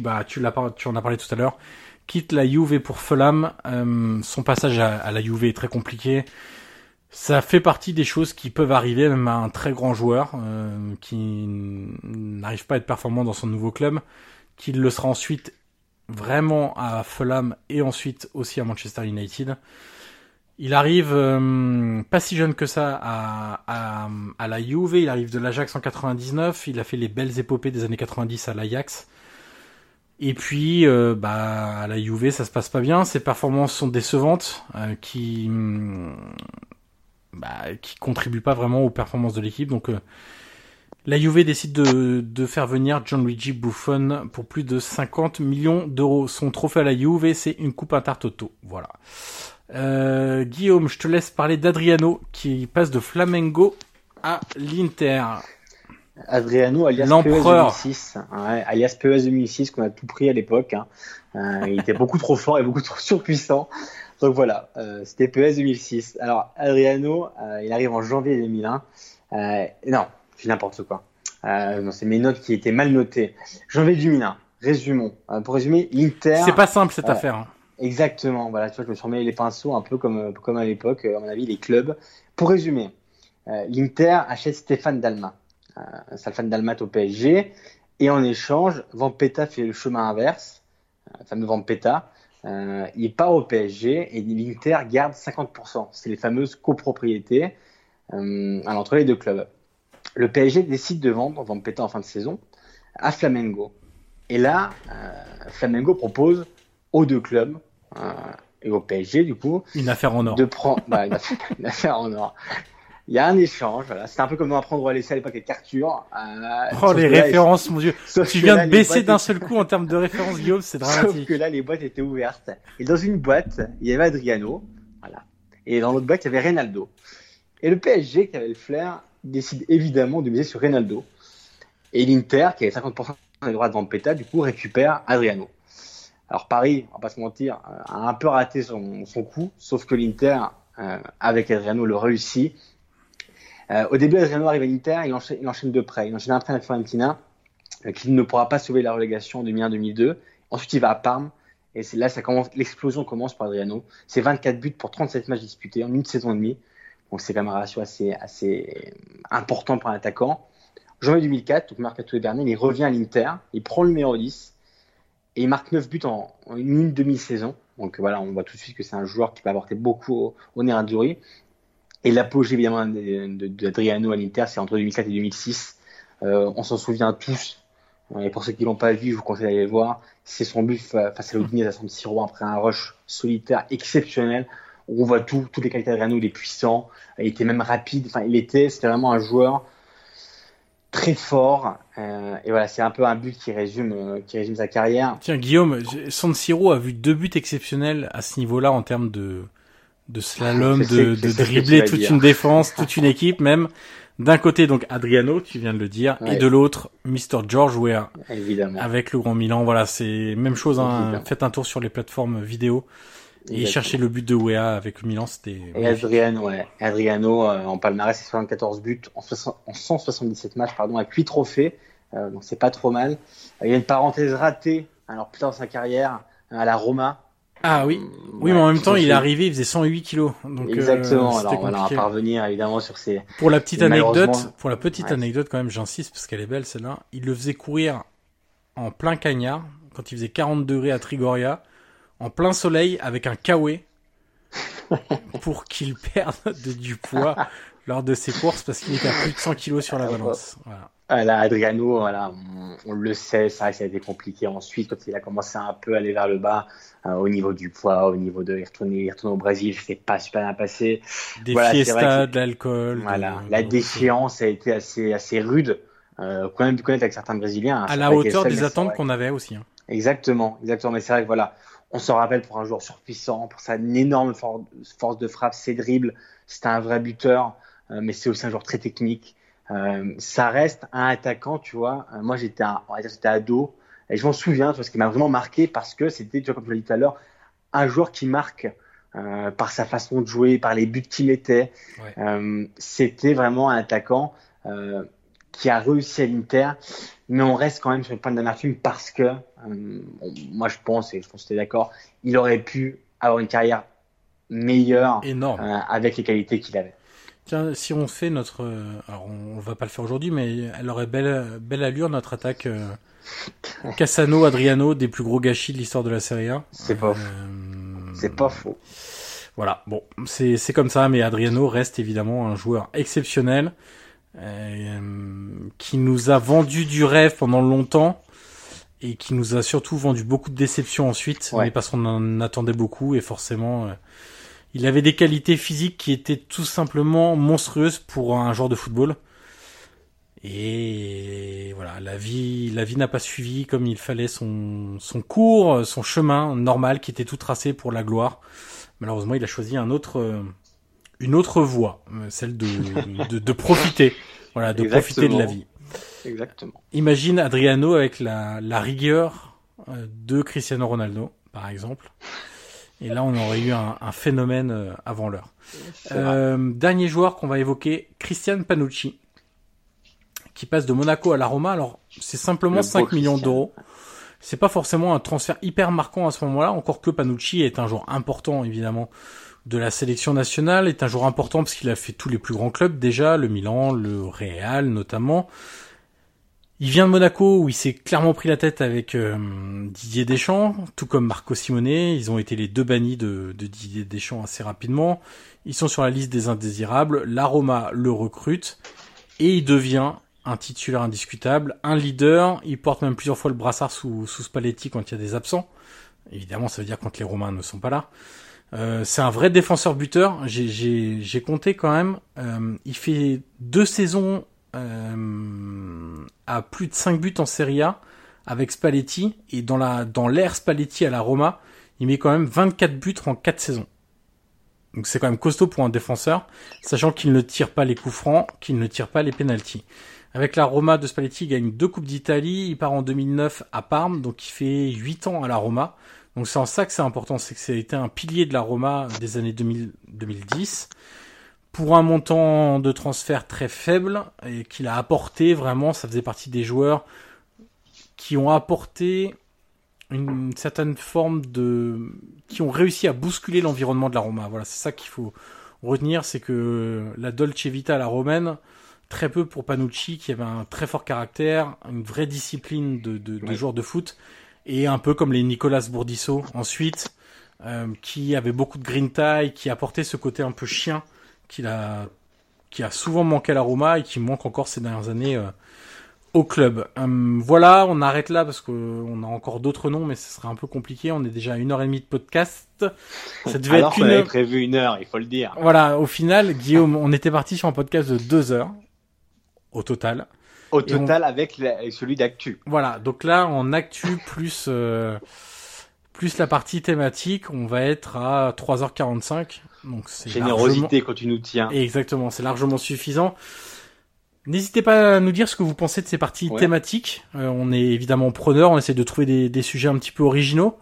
tu en as parlé tout à l'heure, quitte la Juve pour Fulham. Son passage à la Juve est très compliqué. Ça fait partie des choses qui peuvent arriver même à un très grand joueur qui n'arrive pas à être performant dans son nouveau club, qui le sera ensuite vraiment à Fulham et ensuite aussi à Manchester United. Il arrive pas si jeune que ça à la Juve, il arrive de l'Ajax en 99, il a fait les belles épopées des années 90 à l'Ajax. Et puis à la Juve ça se passe pas bien, ses performances sont décevantes, qui contribuent pas vraiment aux performances de l'équipe. Donc la Juve décide de faire venir Gianluigi Buffon pour plus de 50 millions d'euros. Son trophée à la Juve, c'est une coupe Intertoto. Voilà. Guillaume, je te laisse parler d'Adriano qui passe de Flamengo à l'Inter. Adriano, alias l'empereur. PES 2006, alias PES 2006 qu'on a tout pris à l'époque. Il était beaucoup trop fort et beaucoup trop surpuissant. Donc voilà, c'était PES 2006. Alors Adriano, il arrive en janvier 2001. Non, je dis n'importe quoi. Non, c'est mes notes qui étaient mal notées. Janvier 2001. Résumons. Pour résumer, l'Inter. C'est pas simple cette affaire. Hein. Exactement. Voilà, tu vois, je me suis remis les pinceaux un peu comme à l'époque, à mon avis, les clubs. Pour résumer, l'Inter achète Stéphane Dalmat. Stéphane Dalmat au PSG. Et en échange, Vampeta fait le chemin inverse. Le fameux Vampeta. Il part au PSG et l'Inter garde 50%. C'est les fameuses copropriétés entre les deux clubs. Le PSG décide de vendre Vampeta en fin de saison à Flamengo. Et là, Flamengo propose aux deux clubs et au PSG, du coup, une affaire en or. De prendre une affaire en or. Il y a un échange. Voilà. C'est un peu comme dans Apprendre à laisser à l'époque avec Arthur. Les références, mon Dieu. Tu viens de baisser d'un seul coup en termes de références, Guillaume, c'est dramatique. Sauf que là, les boîtes étaient ouvertes. Et dans une boîte, il y avait Adriano. Voilà. Et dans l'autre boîte, il y avait Ronaldo. Et le PSG, qui avait le flair, décide évidemment de miser sur Ronaldo. Et l'Inter, qui avait 50% des droits de Vampeta, du coup, récupère Adriano. Alors Paris, on va pas se mentir, a un peu raté son coup, sauf que l'Inter, avec Adriano, le réussit. Au début, Adriano arrive à l'Inter, il enchaîne de près. Il enchaîne un prêt avec Fiorentina, qui ne pourra pas sauver la relégation en 2001-2002. Ensuite, il va à Parme, et c'est là l'explosion commence pour Adriano. C'est 24 buts pour 37 matchs disputés en une saison et demie. Donc c'est quand même un ratio assez important pour un attaquant. Janvier 2004, donc mercato hivernal, il revient à l'Inter, il prend le numéro 10 et il marque 9 buts en une demi-saison. Donc voilà, on voit tout de suite que c'est un joueur qui peut apporter beaucoup au Nerazzurri. Et l'apogée évidemment d'Adriano à l'Inter, c'est entre 2004 et 2006. On s'en souvient tous. Et pour ceux qui l'ont pas vu, je vous conseille d'aller le voir. C'est son but face à l'Udinese à San Siro après un rush solitaire exceptionnel. On voit toutes les qualités d'Adriano, il est puissant, il était même rapide. Enfin, c'était vraiment un joueur très fort. Et voilà, c'est un peu un but qui résume sa carrière. Tiens, Guillaume, San Siro a vu 2 buts exceptionnels à ce niveau-là en termes de slalom, de dribbler toute une défense, toute une équipe même. D'un côté, donc, Adriano, tu viens de le dire, ouais. Et de l'autre, Mr. George Weah. Évidemment. Avec le Grand Milan. Voilà, c'est même chose, hein. Faites un tour sur les plateformes vidéo. Et chercher le but de Weah avec le Milan, c'était... Et Adriano, en palmarès, c'est 74 buts en 177 matchs, avec 8 trophées. Donc c'est pas trop mal. Il y a une parenthèse ratée, alors plus tard dans sa carrière, à la Roma. Ah oui, mais en même temps, il est arrivé, il faisait 108 kilos. Donc, exactement. Alors voilà, on va parvenir évidemment sur ces. Pour la petite anecdote, quand même, j'insiste parce qu'elle est belle celle-là. Il le faisait courir en plein cagnard quand il faisait 40 degrés à Trigoria, en plein soleil avec un kawaii pour qu'il perde du poids lors de ses courses parce qu'il était à plus de 100 kilos sur la balance. Voilà. Là, Adriano, on le sait, ça a été compliqué ensuite quand il a commencé à un peu aller vers le bas au niveau du poids, au niveau de retourner au Brésil, c'était pas super bien passé. Des fiestas, de l'alcool. Voilà, la déchéance a été assez rude, qu'on a pu connaître avec certains Brésiliens. À la hauteur des attentes qu'on avait aussi. Hein. Exactement, mais c'est vrai que voilà, on s'en rappelle pour un joueur surpuissant, pour sa énorme force de frappe, ses dribbles, c'était un vrai buteur, mais c'est aussi un joueur très technique. Ça reste un attaquant, tu vois. Moi, j'étais ado et je m'en souviens, tu vois, ce qui m'a vraiment marqué parce que c'était, tu vois, comme je l'ai dit tout à l'heure, un joueur qui marque par sa façon de jouer, par les buts qu'il mettait. Ouais. C'était vraiment un attaquant qui a réussi à l'Inter, mais on reste quand même sur une pointe d'amertume parce que moi, je pense que tu es d'accord, il aurait pu avoir une carrière meilleure avec les qualités qu'il avait. Tiens, si on fait notre... alors, on va pas le faire aujourd'hui, mais elle aurait belle allure, notre attaque Cassano, Adriano, des plus gros gâchis de l'histoire de la Serie A. C'est pas faux. C'est pas faux. Voilà, bon, c'est comme ça, mais Adriano reste évidemment un joueur exceptionnel qui nous a vendu du rêve pendant longtemps et qui nous a surtout vendu beaucoup de déceptions ensuite, mais parce qu'on en attendait beaucoup et forcément... il avait des qualités physiques qui étaient tout simplement monstrueuses pour un joueur de football. Et voilà, la vie n'a pas suivi comme il fallait son cours, son chemin normal qui était tout tracé pour la gloire. Malheureusement, il a choisi une autre voie, celle de profiter, voilà, de profiter de la vie. Exactement. Imagine Adriano avec la rigueur de Cristiano Ronaldo, par exemple. Et là, on aurait eu un phénomène avant l'heure. Dernier joueur qu'on va évoquer, Christian Panucci, qui passe de Monaco à la Roma. Alors, c'est simplement 5 millions d'euros. C'est pas forcément un transfert hyper marquant à ce moment-là, encore que Panucci est un joueur important, évidemment, de la sélection nationale, est un joueur important parce qu'il a fait tous les plus grands clubs déjà, le Milan, le Real notamment. Il vient de Monaco où il s'est clairement pris la tête avec Didier Deschamps, tout comme Marco Simone. Ils ont été les deux bannis de Didier Deschamps assez rapidement. Ils sont sur la liste des indésirables. La Roma le recrute et il devient un titulaire indiscutable, un leader. Il porte même plusieurs fois le brassard sous Spalletti quand il y a des absents. Évidemment, ça veut dire quand les Romains ne sont pas là. C'est un vrai défenseur buteur. J'ai compté quand même. Il fait 2 saisons à plus de 5 buts en Serie A avec Spalletti, et dans l'ère Spalletti à la Roma, il met quand même 24 buts en 4 saisons. Donc c'est quand même costaud pour un défenseur, sachant qu'il ne tire pas les coups francs, qu'il ne tire pas les pénaltys. Avec la Roma de Spalletti, il gagne 2 Coupes d'Italie, il part en 2009 à Parme, donc il fait 8 ans à la Roma. Donc c'est en ça que c'est important, c'est que ça a été un pilier de la Roma des années 2010. Pour un montant de transfert très faible, et qu'il a apporté vraiment, ça faisait partie des joueurs qui ont apporté une certaine forme qui ont réussi à bousculer l'environnement de la Roma. Voilà, c'est ça qu'il faut retenir, c'est que la Dolce Vita à la romaine, très peu pour Panucci, qui avait un très fort caractère, une vraie discipline de joueur de foot, et un peu comme les Nicolas Bourdisso ensuite, qui avait beaucoup de grinta et qui apportait ce côté un peu chien, qui a souvent manqué à la Roma et qui manque encore ces dernières années au club. Voilà, on arrête là parce qu'on a encore d'autres noms, mais ce serait un peu compliqué. On est déjà à 1h30 de podcast. Ça devait Alors être qu'on avait prévu 1 heure, il faut le dire. Voilà, au final, Guillaume, on était parti sur un podcast de 2 heures au total. Au total, avec celui d'actu. Voilà, donc là, en actu plus la partie thématique, on va être à 3h45. Donc c'est générosité largement... quand tu nous tiens. Exactement, c'est largement suffisant. N'hésitez pas à nous dire ce que vous pensez de ces parties thématiques. On est évidemment preneurs, on essaie de trouver des sujets un petit peu originaux.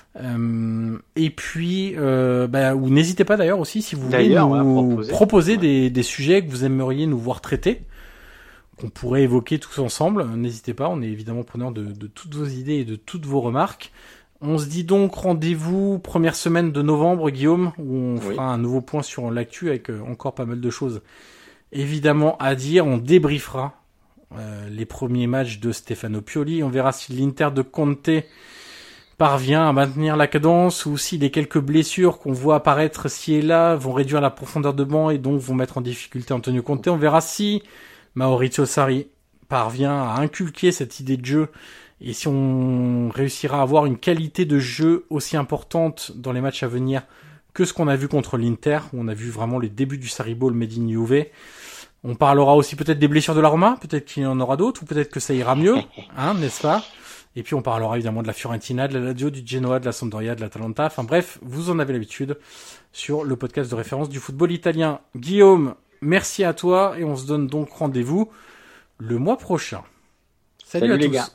Et puis, ou n'hésitez pas d'ailleurs aussi si vous voulez nous proposer des sujets que vous aimeriez nous voir traiter, qu'on pourrait évoquer tous ensemble. N'hésitez pas, on est évidemment preneurs de toutes vos idées et de toutes vos remarques. On se dit donc rendez-vous première semaine de novembre, Guillaume, où on fera un nouveau point sur l'actu avec encore pas mal de choses évidemment à dire. On débriefera les premiers matchs de Stefano Pioli. On verra si l'Inter de Conte parvient à maintenir la cadence ou si les quelques blessures qu'on voit apparaître ci et là vont réduire la profondeur de banc et donc vont mettre en difficulté Antonio Conte. On verra si Maurizio Sarri parvient à inculquer cette idée de jeu et si on réussira à avoir une qualité de jeu aussi importante dans les matchs à venir que ce qu'on a vu contre l'Inter, où on a vu vraiment les débuts du Sarri Ball made in Juve. On parlera aussi peut-être des blessures de la Roma, peut-être qu'il y en aura d'autres, ou peut-être que ça ira mieux, n'est-ce pas? Et puis on parlera évidemment de la Fiorentina, de la Lazio, du Genoa, de la Sampdoria, de l'Atalanta. Enfin bref, vous en avez l'habitude sur le podcast de référence du football italien. Guillaume, merci à toi et on se donne donc rendez-vous le mois prochain. Salut à tous. Gars.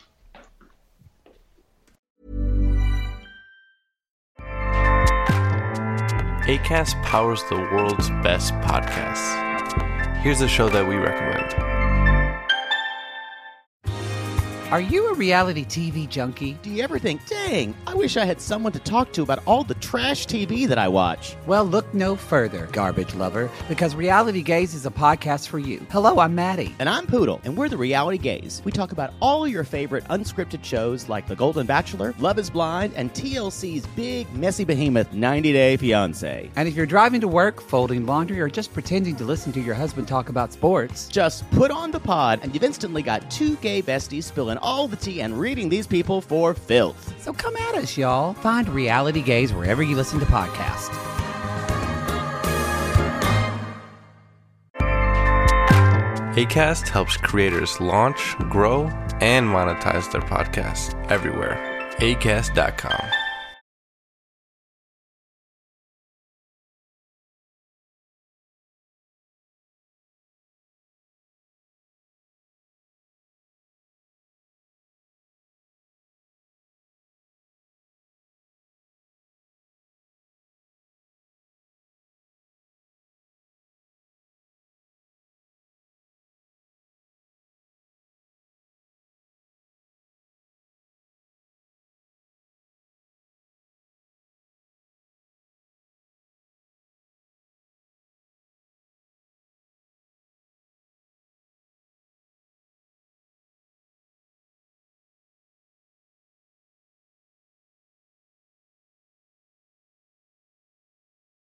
Acast powers the world's best podcasts. Here's a show that we recommend. Are you a reality TV junkie? Do you ever think, dang, I wish I had someone to talk to about all the trash TV that I watch? Well, look no further, garbage lover, because Reality Gaze is a podcast for you. Hello, I'm Maddie. And I'm Poodle, and we're the Reality Gaze. We talk about all your favorite unscripted shows like The Golden Bachelor, Love is Blind, and TLC's big, messy behemoth, 90 Day Fiancé. And if you're driving to work, folding laundry, or just pretending to listen to your husband talk about sports, just put on the pod, and you've instantly got two gay besties spilling all the tea and reading these people for filth. So come at us, y'all. Find Reality Gaze wherever you listen to podcasts. Acast helps creators launch, grow, and monetize their podcasts everywhere. Acast.com.